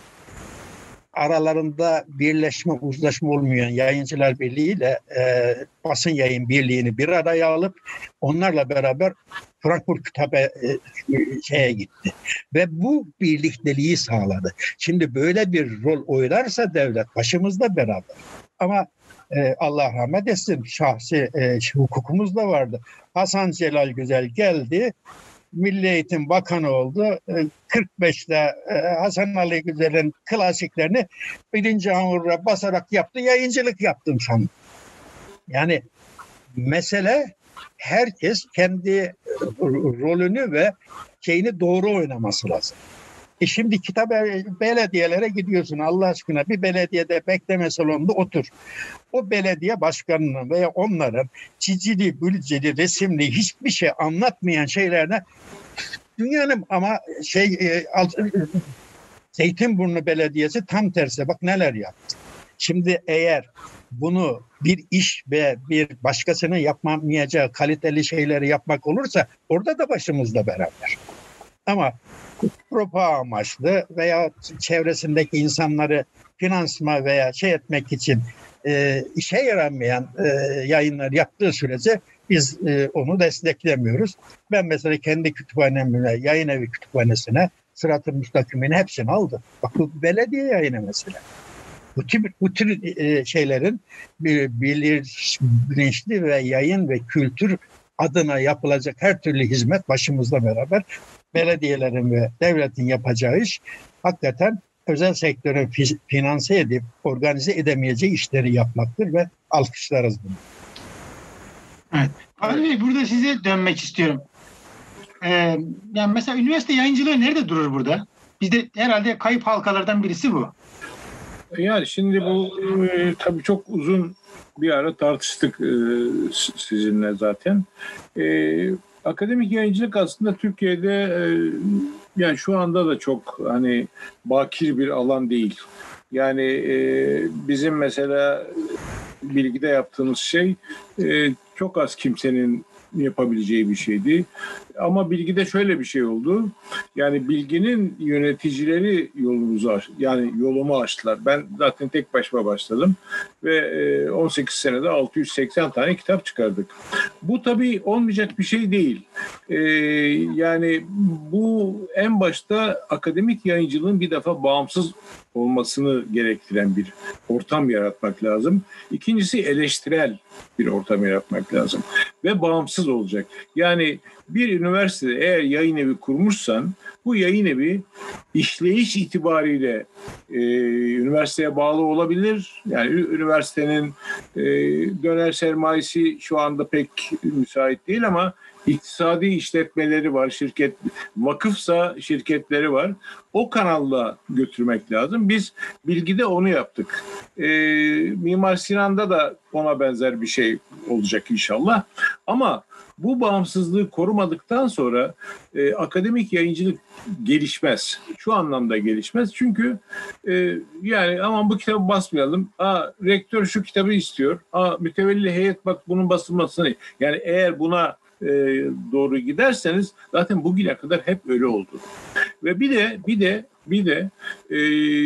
Aralarında birleşme, uzlaşma olmayan Yayıncılar Birliği ile e, Basın Yayın Birliği'ni bir araya alıp onlarla beraber Frankfurt Kitabe e, şeye gitti. Ve bu birlikteliği sağladı. Şimdi böyle bir rol oynarsa devlet başımızda beraber. Ama e, Allah rahmet etsin, şahsi e, hukukumuz da vardı. Hasan Celal Güzel geldi. Milli Eğitim Bakanı oldu. kırk beşte Hasan Ali Güzel'in klasiklerini birinci hamurla basarak yaptı. Yayıncılık yaptım sanırım. Yani mesele herkes kendi rolünü ve şeyini doğru oynaması lazım. E şimdi kitap belediyelere gidiyorsun, Allah aşkına bir belediyede bekleme salonunda otur. O belediye başkanının veya onların çizili, bülceli, resimli hiçbir şey anlatmayan şeylerine dünyanın ama şey e, Zeytinburnu Belediyesi tam tersi, bak neler yaptı. Şimdi eğer bunu bir iş ve bir başkasının yapamayacağı kaliteli şeyleri yapmak olursa orada da başımızla beraber. Ama propa amaçlı veya çevresindeki insanları finansma veya şey etmek için e, işe yaramayan e, yayınlar yaptığı sürece biz e, onu desteklemiyoruz. Ben mesela kendi kütüphanemle, yayın evi kütüphanesine Sırat-ı Müstakim'in hepsini aldım. Bak bu belediye yayını mesela. Bu tür, bu tür e, şeylerin bilir, bilinçli ve yayın ve kültür adına yapılacak her türlü hizmet başımızla beraber belediyelerin ve devletin yapacağı iş hakikaten özel sektörün finanse edip organize edemeyeceği işleri yapmaktır ve alkışlarız bunu. Evet. Ali Bey, burada size dönmek istiyorum. Ee, yani mesela üniversite yayıncılığı nerede durur burada? Bizde herhalde kayıp halkalardan birisi bu. Yani şimdi bu e, tabii çok uzun bir ara tartıştık e, sizinle zaten. E, akademik yayıncılık aslında Türkiye'de e, yani şu anda da çok hani bakir bir alan değil. Yani e, bizim mesela bilgide yaptığımız şey e, çok az kimsenin yapabileceği bir şeydi. Ama bilgide şöyle bir şey oldu. Yani bilginin yöneticileri yolumuzu aç, yani yolumu açtılar. Ben zaten tek başıma başladım ve on sekiz senede altı yüz seksen tane kitap çıkardık. Bu tabii olmayacak bir şey değil. Ee, yani bu en başta akademik yayıncılığın bir defa bağımsız olmasını gerektiren bir ortam yaratmak lazım. İkincisi eleştirel bir ortam yaratmak lazım ve bağımsız olacak. Yani bir üniversitede eğer yayın evi kurmuşsan bu yayın evi işleyiş itibariyle e, üniversiteye bağlı olabilir. Yani üniversitenin e, döner sermayesi şu anda pek müsait değil ama iktisadi işletmeleri var, şirket, vakıfsa şirketleri var. O kanalla götürmek lazım. Biz bilgide onu yaptık. E, Mimar Sinan'da da ona benzer bir şey olacak inşallah. Ama bu bağımsızlığı korumadıktan sonra e, akademik yayıncılık gelişmez. Şu anlamda gelişmez. Çünkü e, yani aman bu kitabı basmayalım. Aa, rektör şu kitabı istiyor. Aa, mütevelli heyet bak bunun basılmasını. Yani eğer buna e, doğru giderseniz zaten bugüne kadar hep öyle oldu. Ve bir de bir de bir de e,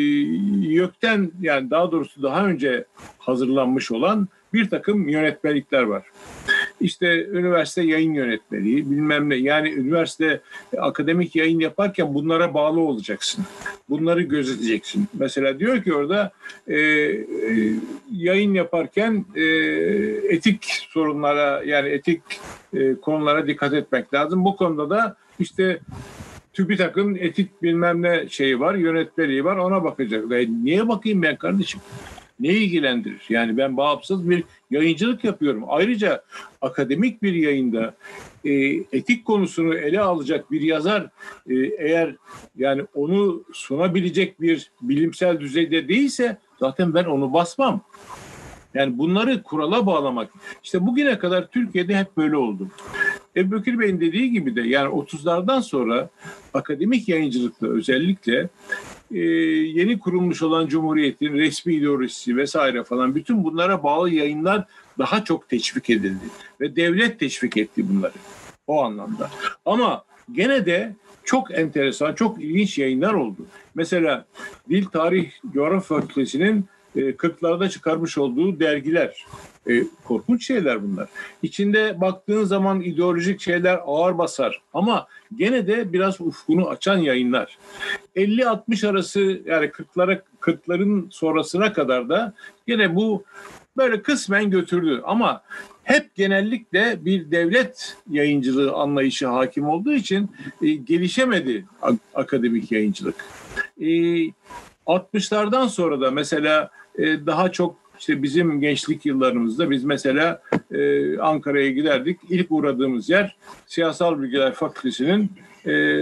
YÖK'ten yani daha doğrusu daha önce hazırlanmış olan bir takım yönetmelikler var. İşte üniversite yayın yönetmeliği bilmem ne, yani üniversite akademik yayın yaparken bunlara bağlı olacaksın. Bunları gözeteceksin. Mesela diyor ki orada e, e, yayın yaparken e, etik sorunlara yani etik e, konulara dikkat etmek lazım. Bu konuda da işte TÜBİTAK'ın etik bilmem ne şeyi var, yönetmeliği var, ona bakacak. E, niye bakayım ben kardeşim? Ne ilgilendirir? Yani ben bağımsız bir yayıncılık yapıyorum. Ayrıca akademik bir yayında e, etik konusunu ele alacak bir yazar e, eğer yani onu sunabilecek bir bilimsel düzeyde değilse zaten ben onu basmam. Yani bunları kurala bağlamak. İşte bugüne kadar Türkiye'de hep böyle oldu. Ebubekir Bey'in dediği gibi de yani otuzlardan sonra akademik yayıncılıkla özellikle e, yeni kurulmuş olan Cumhuriyet'in resmi ideolojisi vesaire falan bütün bunlara bağlı yayınlar daha çok teşvik edildi. Ve devlet teşvik etti bunları o anlamda. Ama gene de çok enteresan, çok ilginç yayınlar oldu. Mesela Dil, Tarih, Coğrafya Fakültesi'nin kırklarda çıkarmış olduğu dergiler. E, korkunç şeyler bunlar. İçinde baktığın zaman ideolojik şeyler ağır basar. Ama gene de biraz ufkunu açan yayınlar. elli altmış arası yani kırklara kırkların sonrasına kadar da gene bu böyle kısmen götürdü. Ama hep genellikle bir devlet yayıncılığı anlayışı hakim olduğu için e, gelişemedi akademik yayıncılık. E, altmışlardan sonra da mesela e, daha çok işte bizim gençlik yıllarımızda biz mesela e, Ankara'ya giderdik. İlk uğradığımız yer Siyasal Bilgiler Fakültesi'nin e,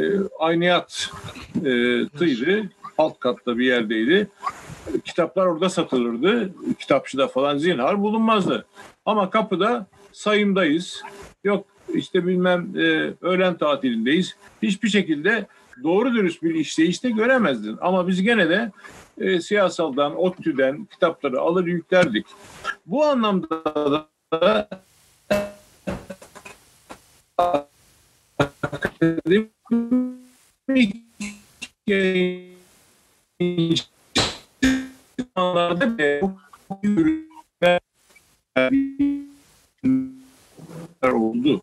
ayniyatıydı. Alt katta bir yerdeydi. Kitaplar orada satılırdı. Kitapçıda falan zinhar bulunmazdı. Ama kapıda sayımdayız. Yok işte bilmem e, öğlen tatilindeyiz. Hiçbir şekilde doğru dürüst bir işleyişte göremezdin. Ama biz gene de e, siyasaldan, ODTÜ'den kitapları alır yüklerdik. Bu anlamda da akademik yayıncılarda bu yürüme oldu.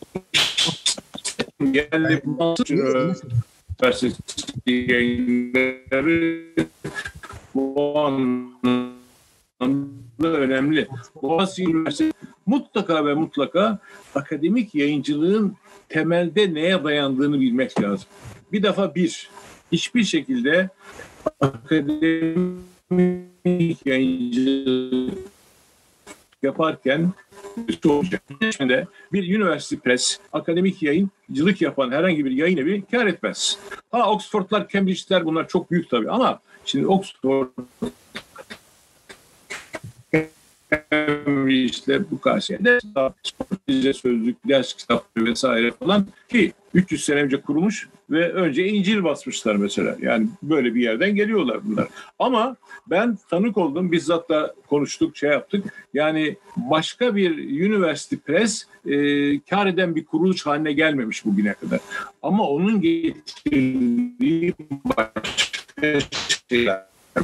Yani üniversite yayınları bu anlamda önemli. Boğaziçi Üniversitesi mutlaka ve mutlaka akademik yayıncılığın temelde neye dayandığını bilmek lazım. Bir defa bir, hiçbir şekilde akademik yayıncılık yaparken olacak. Şimdi bir University Press, akademik yayıncılık yapan herhangi bir yayın evi kar etmez. Ha Oxford'lar, Cambridge'ler bunlar çok büyük tabii ama şimdi Oxford işte bu kasiyede İngilizce sözlük, ders kitapları vesaire falan ki üç yüz sene önce kurulmuş ve önce İncil basmışlar mesela. Yani böyle bir yerden geliyorlar bunlar. Ama ben tanık oldum, bizzat da konuştuk, şey yaptık. Yani başka bir University Press e, kar eden bir kuruluş haline gelmemiş bugüne kadar. Ama onun getirdiği başka şeyler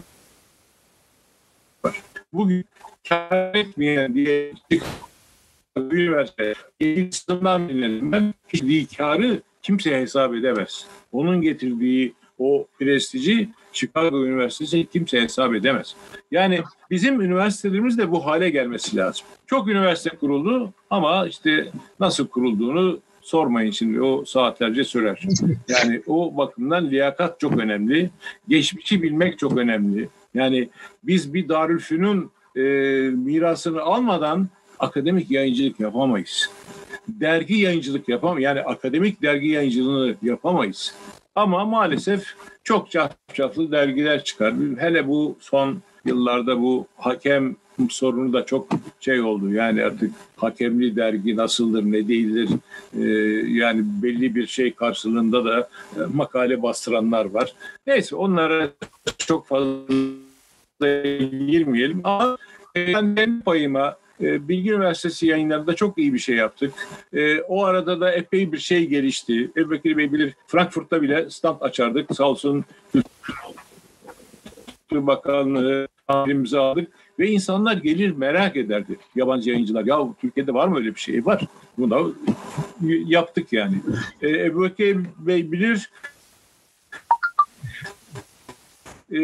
var. Bugün kar etmeyen diye üniversite İslam'dan dinledim ben. Getirdiği karı kimse hesap edemez. Onun getirdiği o prestiji Chicago Üniversitesi kimse hesap edemez. Yani bizim üniversitelerimiz de bu hale gelmesi lazım. Çok üniversite kuruldu ama işte nasıl kurulduğunu sormayın şimdi, o saatlerce sürer. Yani o bakımdan liyakat çok önemli. Geçmişi bilmek çok önemli. Yani biz bir Darülfünun e, mirasını almadan akademik yayıncılık yapamayız. Dergi yayıncılık yapamayız. Yani akademik dergi yayıncılığını yapamayız. Ama maalesef çok cafcaflı dergiler çıkar. Hele bu son yıllarda bu hakem sorunu da çok şey oldu. Yani artık hakemli dergi nasıldır, ne değildir. Ee, yani belli bir şey karşılığında da e, makale bastıranlar var. Neyse onlara çok fazla girmeyelim. Ama e, ben benim payıma e, Bilgi Üniversitesi yayınlarında çok iyi bir şey yaptık. E, o arada da epey bir şey gelişti. Ebubekir Bey bilir, Frankfurt'ta bile stand açardık. Sağ olsun Kültür Bakanlığı imza aldık. Ve insanlar gelir merak ederdi. Yabancı yayıncılar. Ya Türkiye'de var mı öyle bir şey? Var. Bunu da yaptık yani. E, Ebubekir Bey bilir e,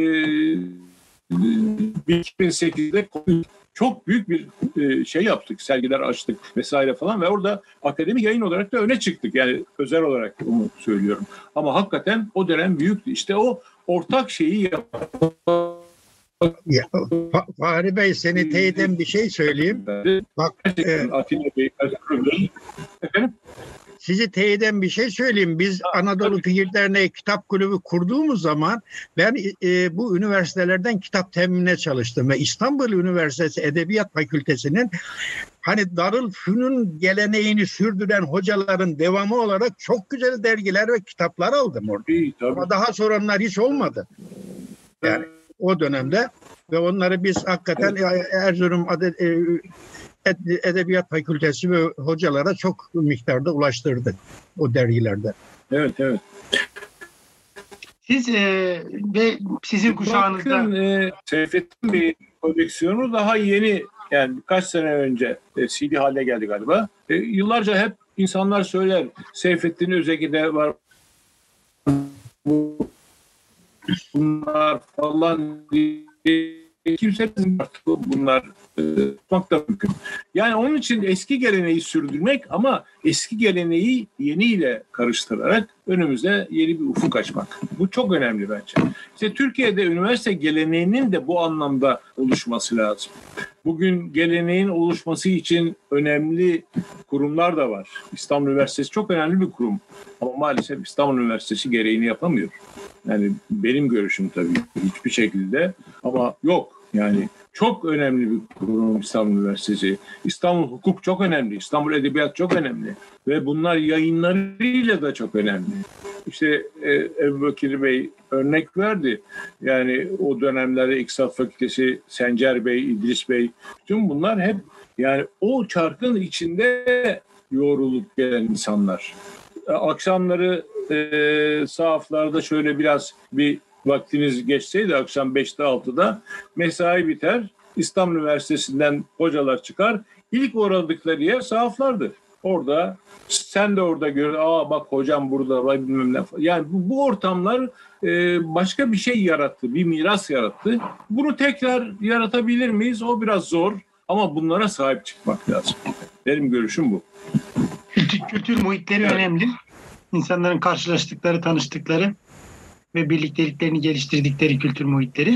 iki bin sekizde çok büyük bir şey yaptık. Sergiler açtık vesaire falan ve orada akademik yayın olarak da öne çıktık. Yani özel olarak onu söylüyorum. Ama hakikaten o dönem büyüktü. İşte o ortak şeyi yaptık. Ya, Fahri Bey, seni teyiden bir şey söyleyeyim. Bak, e, efendim? Sizi teyiden bir şey söyleyeyim. Biz Anadolu Fikir Derneği Kitap Kulübü kurduğumuz zaman ben e, bu üniversitelerden kitap teminine çalıştım ve İstanbul Üniversitesi Edebiyat Fakültesi'nin hani Darülfünun geleneğini sürdüren hocaların devamı olarak çok güzel dergiler ve kitaplar aldım orada. İyi, ama daha sonra onlar hiç olmadı. Yani o dönemde ve onları biz hakikaten Erzurum Edebiyat Fakültesi ve hocalara çok miktarda ulaştırdık o dergilerde. Evet, evet. Siz e, ve sizin kuşağınızda... Bakın, e, Seyfettin Bey'in koleksiyonu daha yeni, yani birkaç sene önce e, C D haline geldi galiba. E, yıllarca hep insanlar söyler, Seyfettin Özeki'de var bunlar falan diye. Kimse bunlar tutmak da mümkün. Yani onun için eski geleneği sürdürmek ama eski geleneği yeniyle karıştırarak önümüzde yeni bir ufuk açmak. Bu çok önemli bence. İşte Türkiye'de üniversite geleneğinin de bu anlamda oluşması lazım. Bugün geleneğin oluşması için önemli kurumlar da var. İstanbul Üniversitesi çok önemli bir kurum. Ama maalesef İstanbul Üniversitesi gereğini yapamıyor. Yani benim görüşüm tabii hiçbir şekilde ama yok. Yani çok önemli bir kurum İstanbul Üniversitesi. İstanbul Hukuk çok önemli. İstanbul Edebiyat çok önemli. Ve bunlar yayınlarıyla da çok önemli. İşte e, Ebubekir Bey örnek verdi. Yani o dönemlerde İktisat Fakültesi, Sencer Bey, İdris Bey, bütün bunlar hep yani o çarkın içinde yoğrulup gelen insanlar. Akşamları e, sahaflarda şöyle biraz bir vaktiniz geçseydi akşam beşte altıda mesai biter. İstanbul Üniversitesi'nden hocalar çıkar. İlk uğradıkları yer sahaflardı. Orada sen de orada gör. Aa bak hocam burada var bilmem ne. Yani bu, bu ortamlar e, başka bir şey yarattı. Bir miras yarattı. Bunu tekrar yaratabilir miyiz? O biraz zor. Ama bunlara sahip çıkmak lazım. Benim görüşüm bu. Kültür, kültür muhitleri evet. Önemli. İnsanların karşılaştıkları, tanıştıkları ve birlikteliklerini geliştirdikleri kültür muhitleri.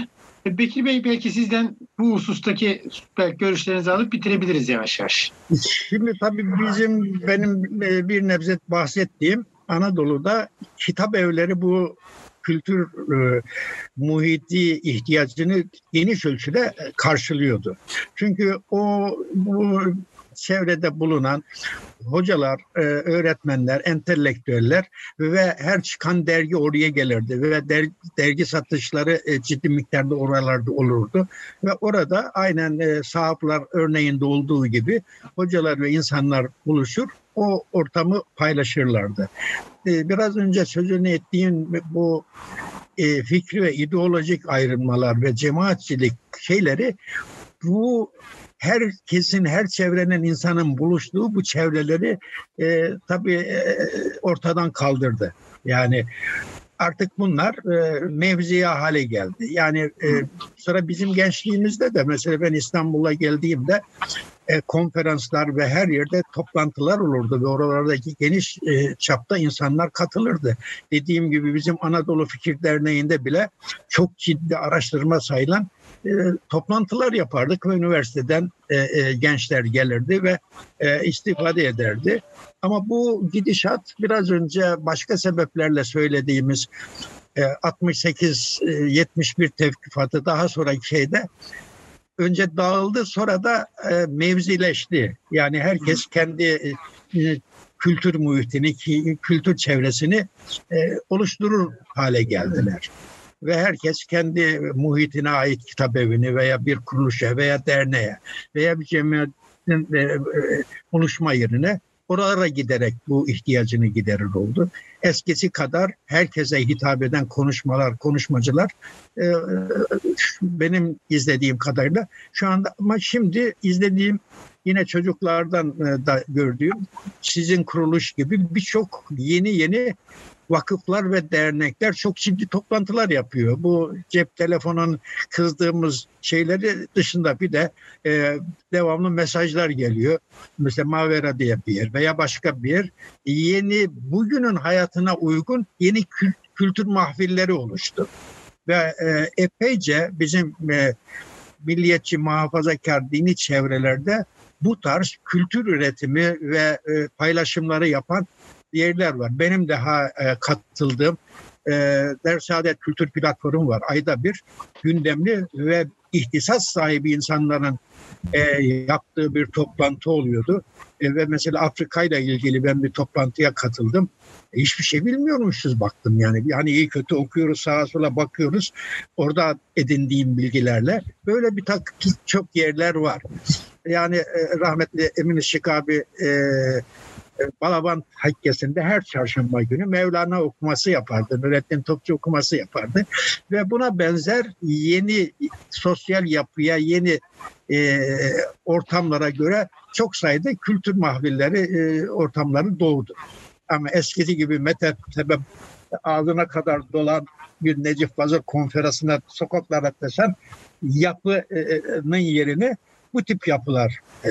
Bekir Bey, belki sizden bu husustaki belki görüşlerinizi alıp bitirebiliriz yavaş yavaş. Şimdi tabii bizim benim bir nebze bahsettiğim Anadolu'da kitap evleri bu kültür e, muhiti ihtiyacını geniş ölçüde karşılıyordu. Çünkü o bu çevrede bulunan hocalar, e, öğretmenler, entelektüeller ve her çıkan dergi oraya gelirdi ve der, dergi satışları e, ciddi miktarda oralarda olurdu ve orada aynen e, sahaflar örneğinde olduğu gibi hocalar ve insanlar buluşur, o ortamı paylaşırlardı. E, biraz önce sözünü ettiğim bu e, fikri ve ideolojik ayrılmalar ve cemaatçilik şeyleri, bu herkesin, her çevrenin, insanın buluştuğu bu çevreleri e, tabii e, ortadan kaldırdı. Yani artık bunlar e, mevziye hale geldi. Yani e, sonra bizim gençliğimizde de mesela ben İstanbul'a geldiğimde e, konferanslar ve her yerde toplantılar olurdu ve oralardaki geniş e, çapta insanlar katılırdı. Dediğim gibi bizim Anadolu Fikir Derneği'nde bile çok ciddi araştırma sayılan e, toplantılar yapardık ve üniversiteden e, e, gençler gelirdi ve e, istifade ederdi. Ama bu gidişat biraz önce başka sebeplerle söylediğimiz e, altmış sekiz yetmiş bir tevkifatı daha sonraki şeyde önce dağıldı, sonra da e, mevzileşti. Yani herkes kendi e, kültür muhitini, kültür çevresini e, oluşturur hale geldiler. Ve herkes kendi muhitine ait kitabevini veya bir kuruluşa veya derneğe veya bir cemiyetin e, e, oluşma yerine oralara giderek bu ihtiyacını giderir oldu. Eskisi kadar herkese hitap eden konuşmalar, konuşmacılar e, benim izlediğim kadarıyla şu anda, ama şimdi izlediğim yine çocuklardan e, da gördüğüm sizin kuruluş gibi birçok yeni yeni vakıflar ve dernekler çok ciddi toplantılar yapıyor. Bu cep telefonun kızdığımız şeyleri dışında bir de e, devamlı mesajlar geliyor. Mesela Mavera diye bir yer veya başka bir yer. Yeni, bugünün hayatına uygun yeni kült, kültür mahfilleri oluştu. Ve e, epeyce bizim e, milliyetçi, muhafazakar dini çevrelerde bu tarz kültür üretimi ve e, paylaşımları yapan yerler var. Benim daha e, katıldığım e, Dersaadet Kültür Platformu var. Ayda bir gündemli ve ihtisas sahibi insanların e, yaptığı bir toplantı oluyordu. E, ve mesela Afrika ile ilgili ben bir toplantıya katıldım. E, hiçbir şey bilmiyormuşuz baktım yani. Yani iyi kötü okuyoruz, sağa sola bakıyoruz. Orada edindiğim bilgilerle. Böyle bir tak çok yerler var. Yani e, rahmetli Emin Işık abi e, Balaban Hakkesi'nde her çarşamba günü Mevlana okuması yapardı. Nurettin Topçu okuması yapardı. Ve buna benzer yeni sosyal yapıya, yeni e, ortamlara göre çok sayıda kültür mahvilleri, e, ortamları doğdu. Ama eskisi gibi metep ağzına kadar dolan bir Necip Fazıl konferansına sokaklara taşan yapının yerini bu tip yapılar e,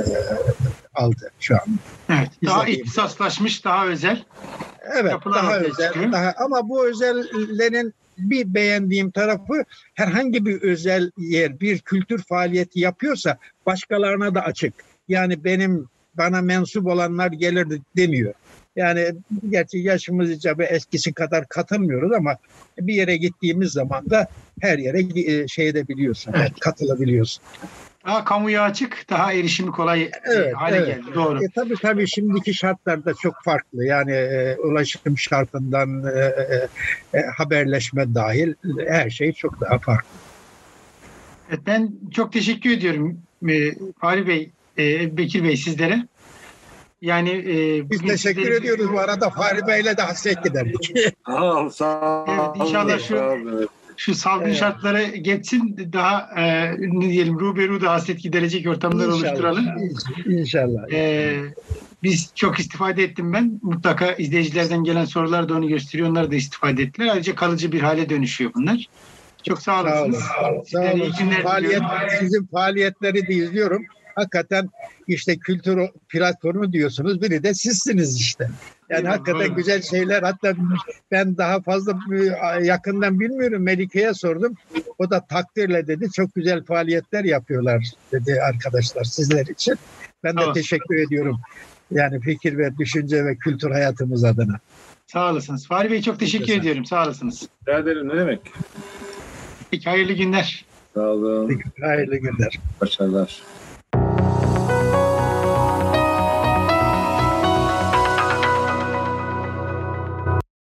aldı şu an. Evet, daha ihtisaslaşmış, daha özel. Evet, daha özel. Daha, ama bu özellerin bir beğendiğim tarafı, herhangi bir özel yer bir kültür faaliyeti yapıyorsa başkalarına da açık. Yani benim bana mensup olanlar gelir demiyor. Yani gerçi yaşımız icabı eskisi kadar katılmıyoruz ama bir yere gittiğimiz zaman da her yere şey edebiliyorsun, evet, katılabiliyorsun. Daha kamuya açık, daha erişimi kolay evet, hale evet. geldi. Doğru. E, tabii tabii şimdiki şartlarda çok farklı. Yani e, ulaşım şartından e, e, haberleşme dahil her şey çok daha farklı. Evet, ben çok teşekkür ediyorum e, Fahri Bey, e, Bekir Bey sizlere. Yani e, biz teşekkür sizleri... ediyoruz bu arada. Fahri Bey'le de hasret giderdik. Sağ ol, sağ ol. Evet, inşallah şu şu salgın evet. şartları geçsin, daha e, ne diyelim ruberu da hasret giderecek ortamlar inşallah oluşturalım. İnşallah. E, biz çok istifade ettim ben. Mutlaka izleyicilerden gelen sorular da onu gösteriyor. Onlar da istifade ettiler. Ayrıca kalıcı bir hale dönüşüyor bunlar. Çok sağ olasınız. Sağ olun. Sağ olun. Sizin, faaliyet, sizin faaliyetleri de izliyorum. Hakikaten işte kültür platformu diyorsunuz. Biri de sizsiniz işte. Yani evet, hakikaten doğru. Güzel şeyler. Hatta ben daha fazla yakından bilmiyorum. Melike'ye sordum. O da takdirle dedi. Çok güzel faaliyetler yapıyorlar dedi arkadaşlar sizler için. Ben de Sağ olsun. teşekkür ediyorum. Yani fikir ve düşünce ve kültür hayatımız adına. Sağ olasınız. Fahri Bey çok teşekkür Güzel. ediyorum. Sağ olasınız. Rica ederim, ne demek. Peki hayırlı günler. Sağ olun. Hayırlı günler. Başarılar.